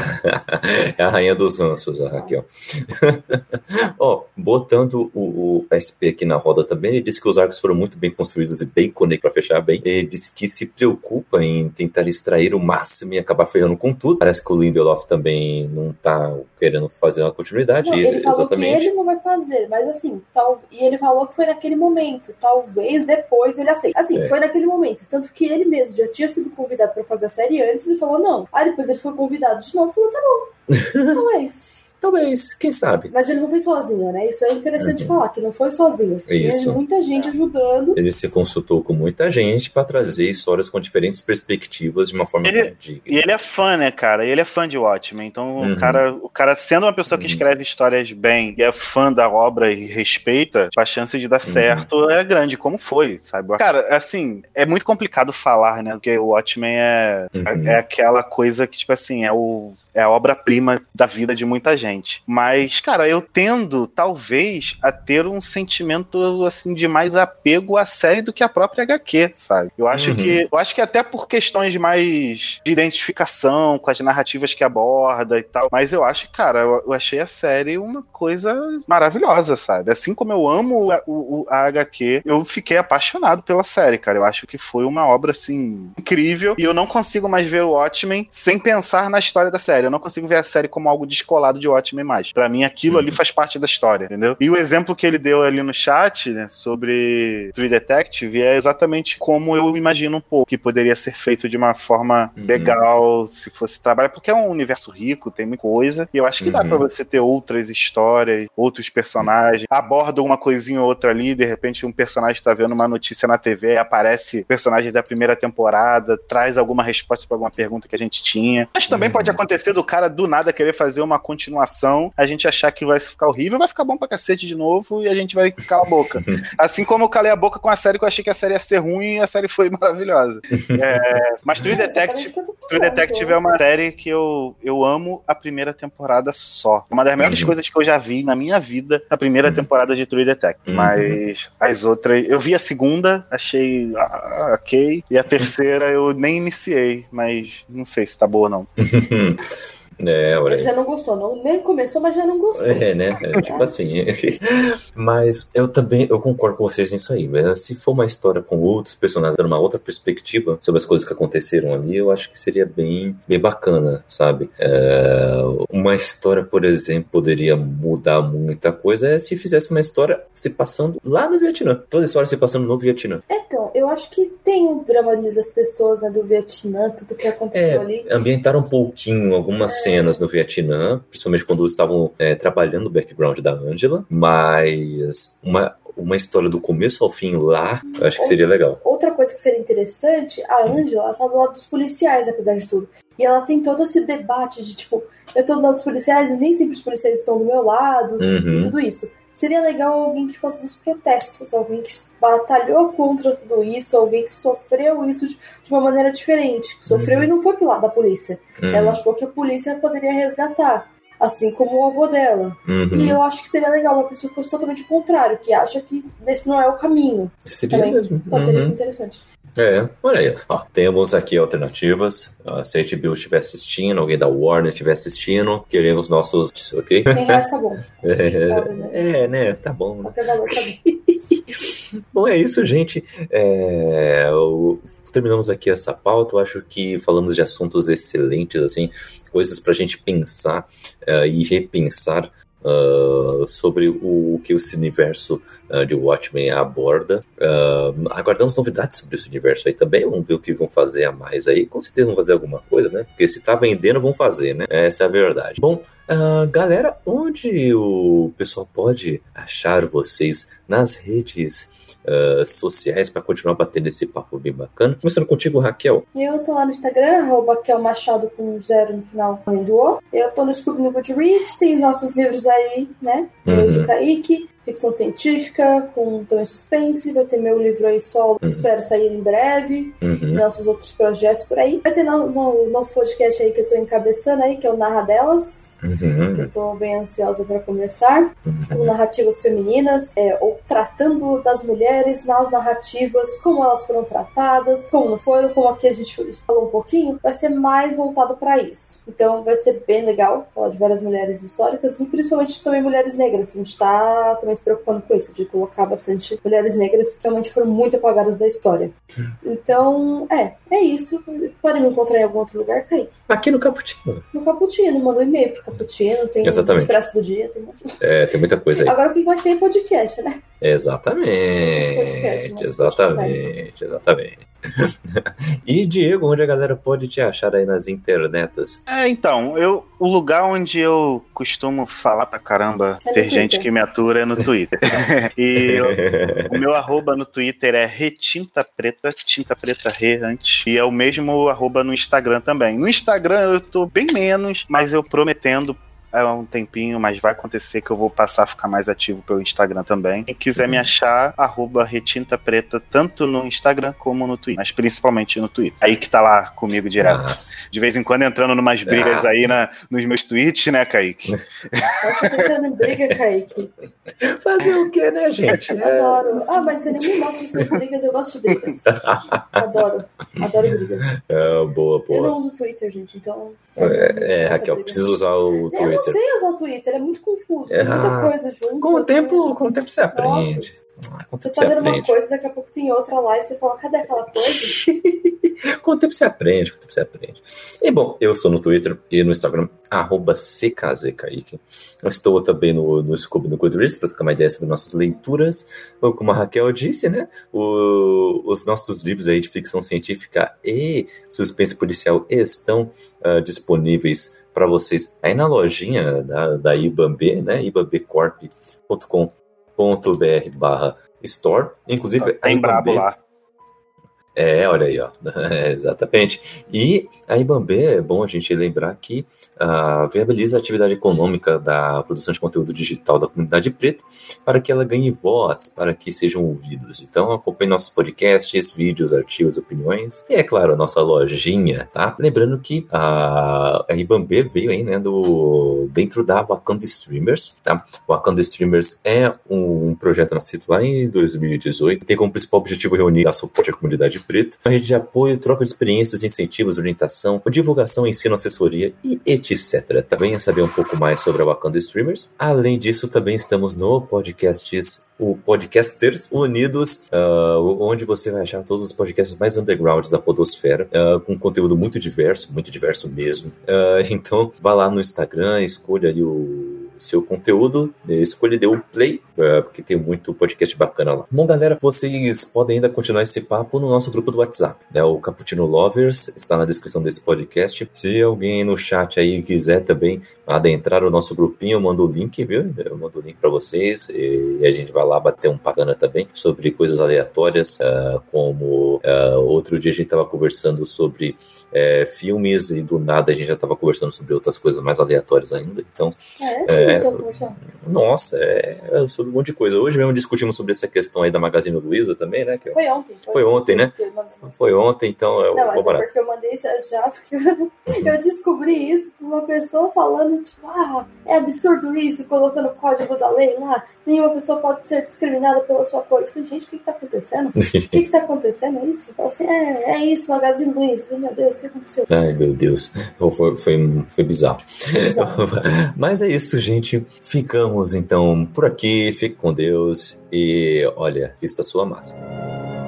C: É a rainha dos ranços, a Raquel. Ó, oh, botando o, o S P aqui na roda também, ele disse que os arcos foram muito bem construídos e bem conectados, para fechar bem. Ele disse que se preocupa em tentar extrair o máximo e acabar ferrando com tudo. Parece que o Lindelof também não tá querendo fazer uma continuidade.
D: Não, ele falou
C: exatamente.
D: que ele não vai fazer, mas assim, tal, e ele falou que foi naquele momento. Talvez depois ele aceite. Assim, é. foi naquele momento. Tanto que ele mesmo já tinha sido convidado para fazer a série antes e falou não. Aí depois ele foi convidado de novo e falou, tá bom, talvez.
C: talvez, quem sabe.
D: Mas ele não foi sozinho, né? Isso é interessante uhum. falar, que não foi sozinho.
C: Isso.
D: Tinha muita gente ajudando.
C: Ele se consultou com muita gente para trazer histórias com diferentes perspectivas de uma forma
F: ele,
C: digna.
F: E ele é fã, né, cara? Ele é fã de Watchmen. Então, uhum. o, cara, o cara, sendo uma pessoa que uhum. escreve histórias bem e é fã da obra e respeita, a chance de dar uhum. certo é grande, como foi, sabe? Cara, assim, é muito complicado falar, né? Porque o Watchmen é, uhum. é aquela coisa que, tipo assim, é o... é a obra-prima da vida de muita gente. Mas, cara, eu tendo, talvez, a ter um sentimento, assim, de mais apego à série do que a própria H Q, sabe? Eu acho uhum. que eu acho que até por questões mais de identificação com as narrativas que aborda e tal. Mas eu acho, cara, eu, eu achei a série uma coisa maravilhosa, sabe? Assim como eu amo a, o, a H Q, eu fiquei apaixonado pela série, cara. Eu acho que foi uma obra, assim, incrível. E eu não consigo mais ver o Watchmen sem pensar na história da série. Eu não consigo ver a série como algo descolado de Watchmen mais. Pra mim, aquilo uhum. ali faz parte da história, entendeu? E o exemplo que ele deu ali no chat, né, sobre True Detective é exatamente como eu imagino um pouco que poderia ser feito de uma forma uhum. legal se fosse trabalhar, porque é um universo rico, tem muita coisa, e eu acho que uhum. dá pra você ter outras histórias, outros personagens, aborda uma coisinha ou outra ali, de repente um personagem tá vendo uma notícia na T V, aparece personagem da primeira temporada, traz alguma resposta pra alguma pergunta que a gente tinha. Mas também uhum. pode acontecer do cara do nada querer fazer uma continuação, a gente achar que vai ficar horrível, vai ficar bom pra cacete de novo e a gente vai calar a boca. Assim como eu calei a boca com a série, que eu achei que a série ia ser ruim e a série foi maravilhosa. É, mas True Detective, True Detective é uma série que eu, eu amo a primeira temporada só. Uma das melhores uhum. coisas que eu já vi na minha vida, a primeira uhum. temporada de True Detective. Uhum. Mas as outras, eu vi a segunda, achei ah, ok, e a terceira eu nem iniciei, mas não sei se tá boa ou não.
C: É, olha.
D: Ele já não gostou, não, nem começou, mas já não gostou.
C: É, né? É, tipo assim. Mas eu também, eu concordo com vocês nisso aí. Mas se for uma história com outros personagens, dando uma outra perspectiva sobre as coisas que aconteceram ali, eu acho que seria bem, bem bacana, sabe? É, uma história, por exemplo, poderia mudar muita coisa é se fizesse uma história se passando lá no Vietnã. Toda a história se passando no Vietnã.
D: Então, eu acho que tem um drama ali das pessoas, né, do Vietnã, tudo que aconteceu
C: é,
D: ali.
C: Ambientaram um pouquinho algumas é. cenas no Vietnã, principalmente quando eles estavam é, trabalhando o background da Angela, mas uma, uma história do começo ao fim lá, eu acho que seria legal.
D: Outra coisa que seria interessante, a Angela, ela está do lado dos policiais, apesar de tudo. E ela tem todo esse debate de, tipo, eu tô do lado dos policiais, mas nem sempre os policiais estão do meu lado, uhum. e tudo isso. Seria legal alguém que fosse dos protestos, alguém que batalhou contra tudo isso, alguém que sofreu isso de, de uma maneira diferente, que sofreu uhum. e não foi pro lado da polícia. Uhum. Ela achou que a polícia poderia resgatar, assim como o avô dela. Uhum. E eu acho que seria legal uma pessoa que fosse totalmente o contrário, que acha que esse não é o caminho.
C: Seria
D: também
C: mesmo.
D: Poderia
C: uhum.
D: ser interessante.
C: É, olha aí. Ó, temos aqui alternativas. Uh, se a H B O estiver assistindo, alguém da Warner estiver assistindo, queremos nossos... Ok?
D: cem reais tá bom.
C: É,
D: Pobre, né?
C: é, né? Tá bom. Né?
D: Qualquer valor tá bom.
C: Bom, é isso, gente. É, o, terminamos aqui essa pauta. Eu acho que falamos de assuntos excelentes, assim, coisas pra gente pensar uh, e repensar Uh, sobre o, o que esse universo uh, de Watchmen aborda. Uh, aguardamos novidades sobre esse universo aí também. Vamos ver o que vão fazer a mais aí. Com certeza vão fazer alguma coisa, né? Porque se tá vendendo, vão fazer, né? Essa é a verdade. Bom, uh, galera, onde o pessoal pode achar vocês nas redes Uh, sociais para continuar batendo esse papo bem bacana? Começando contigo, Raquel.
D: Eu tô lá no Instagram, arroba Raquel Machado com zero no final, além do O. Eu tô no Scooby no Goodreads, tem os nossos livros aí, né? Uhum. O Kaique, ficção científica, com também suspense. Vai ter meu livro aí solo, uhum. espero sair em breve. Uhum. Nossos outros projetos por aí. Vai ter no, no, novo podcast aí que eu tô encabeçando aí, que é o Narra Delas, uhum. que eu tô bem ansiosa para começar. Uhum. Com narrativas femininas, é, ou tratando das mulheres nas narrativas, como elas foram tratadas, como não foram, como aqui a gente falou um pouquinho, vai ser mais voltado para isso. Então vai ser bem legal falar de várias mulheres históricas e principalmente também mulheres negras. A gente tá também se preocupando com isso, de colocar bastante mulheres negras que realmente foram muito apagadas da história. Então, é, é isso. Pode me encontrar em algum outro lugar, Kaique?
C: Aqui no Caputino.
D: No Caputino, mandou um e-mail pro Caputino, tem o Expresso do Dia, tem muito...
C: É, tem muita coisa aí.
D: Agora o que mais tem é podcast, né?
C: Exatamente, podcast, exatamente, exatamente. E Diego, onde a galera pode te achar aí nas internetas?
F: É, então, eu, o lugar onde eu costumo falar pra caramba,
D: É
F: ter
D: no
F: gente
D: Twitter.
F: que me atura é no Twitter. E eu, o meu arroba no Twitter é retinta preta, tinta preta re antes. E é o mesmo arroba no Instagram também. No Instagram eu tô bem menos, mas eu prometendo há um tempinho, mas vai acontecer que eu vou passar a ficar mais ativo pelo Instagram também. Quem quiser me achar, arroba retinta preta, tanto no Instagram como no Twitter, mas principalmente no Twitter. Aí que tá lá comigo direto.
C: Nossa.
F: De vez em quando entrando numas brigas
C: Nossa.
F: aí na, nos meus tweets, né, Kaique?
D: Eu tô tentando em briga, Kaique.
C: Fazer o que, né, gente? É...
D: Adoro. Ah, mas você nem me mostra suas brigas, eu gosto de brigas. Adoro. Adoro brigas.
C: É, boa,
D: Eu não
C: boa.
D: uso Twitter, gente, então...
C: É, é,
D: Essa
C: Raquel,
D: briga.
C: preciso usar o
D: Eu não
C: Twitter.
D: sei usar o Twitter, é muito confuso. Tem muita
C: Ah,
D: coisa junto.
C: Com o
D: assim.
C: tempo, com o tempo você aprende. Ah, com o
D: Você
C: tempo
D: tá
C: você
D: vendo uma
C: aprende.
D: coisa, daqui a pouco tem outra lá e você fala, cadê aquela coisa?
C: Com o tempo você aprende, com o tempo você aprende. E bom, eu estou no Twitter e no Instagram, arroba ckzkaique. Eu estou também no, no Scooby no Goodreads para trocar uma ideia sobre nossas leituras. Ou como a Raquel disse, né? O, os nossos livros aí de ficção científica e suspense policial estão uh, disponíveis para vocês aí na lojinha da, da Ibambe, né? ibambecorp ponto com ponto br barra store. Inclusive,
F: Tá em brabo
C: Ibambe-
F: lá.
C: É, olha aí, ó. É, exatamente. E a Ibambe, é bom a gente lembrar que uh, viabiliza a atividade econômica da produção de conteúdo digital da comunidade preta para que ela ganhe voz, para que sejam ouvidos. Então acompanhe nossos podcasts, vídeos, artigos, opiniões e, é claro, a nossa lojinha, tá? Lembrando que a, a Ibambe veio aí, né, do, dentro da Wakanda Streamers, tá? Wakanda Streamers é um, um projeto nascido lá em dois mil e dezoito, tem como principal objetivo reunir a suporte à comunidade preta, uma rede de apoio, troca de experiências, incentivos, orientação, divulgação, ensino, assessoria e etcétera. Também é saber um pouco mais sobre a Wakanda Streamers. Além disso, também estamos no Podcasts, o Podcasters Unidos, uh, onde você vai achar todos os podcasts mais undergrounds da podosfera, uh, com conteúdo muito diverso, muito diverso mesmo. Uh, então, vá lá no Instagram, escolha ali o seu conteúdo, escolha dê o play, uh, porque tem muito podcast bacana lá. Bom, galera, vocês podem ainda continuar esse papo no nosso grupo do WhatsApp, né? O Cappuccino Lovers está na descrição desse podcast. Se alguém no chat aí quiser também adentrar o nosso grupinho, eu mando o link, viu? Eu mando o link para vocês e a gente vai lá bater um bacana também sobre coisas aleatórias, uh, como uh, outro dia a gente estava conversando sobre uh, filmes e do nada a gente já estava conversando sobre outras coisas mais aleatórias ainda. Então,
D: É, é. Conversando.
C: nossa, é, é sobre um monte de coisa. Hoje mesmo discutimos sobre essa questão aí da Magazine Luiza também, né? Que eu...
D: Foi ontem.
C: Foi ontem, né?
D: que eu mandei.
C: Foi ontem, então é o
D: Não, mas é
C: barato.
D: porque eu mandei isso já, porque eu, eu descobri isso por uma pessoa falando, tipo, ah, é absurdo isso, colocando o código da lei lá, nenhuma pessoa pode ser discriminada pela sua cor. Eu falei, gente, o que que tá acontecendo? O que que tá acontecendo? É isso? Eu falei assim, é, é isso, Magazine Luiza. Eu falei, meu Deus, o que aconteceu?
C: Ai, meu Deus. Foi, foi, foi bizarro.
D: Bizarro.
C: Mas é isso, gente. Ficamos, então, por aqui. Fique com Deus e, olha, vista sua máscara.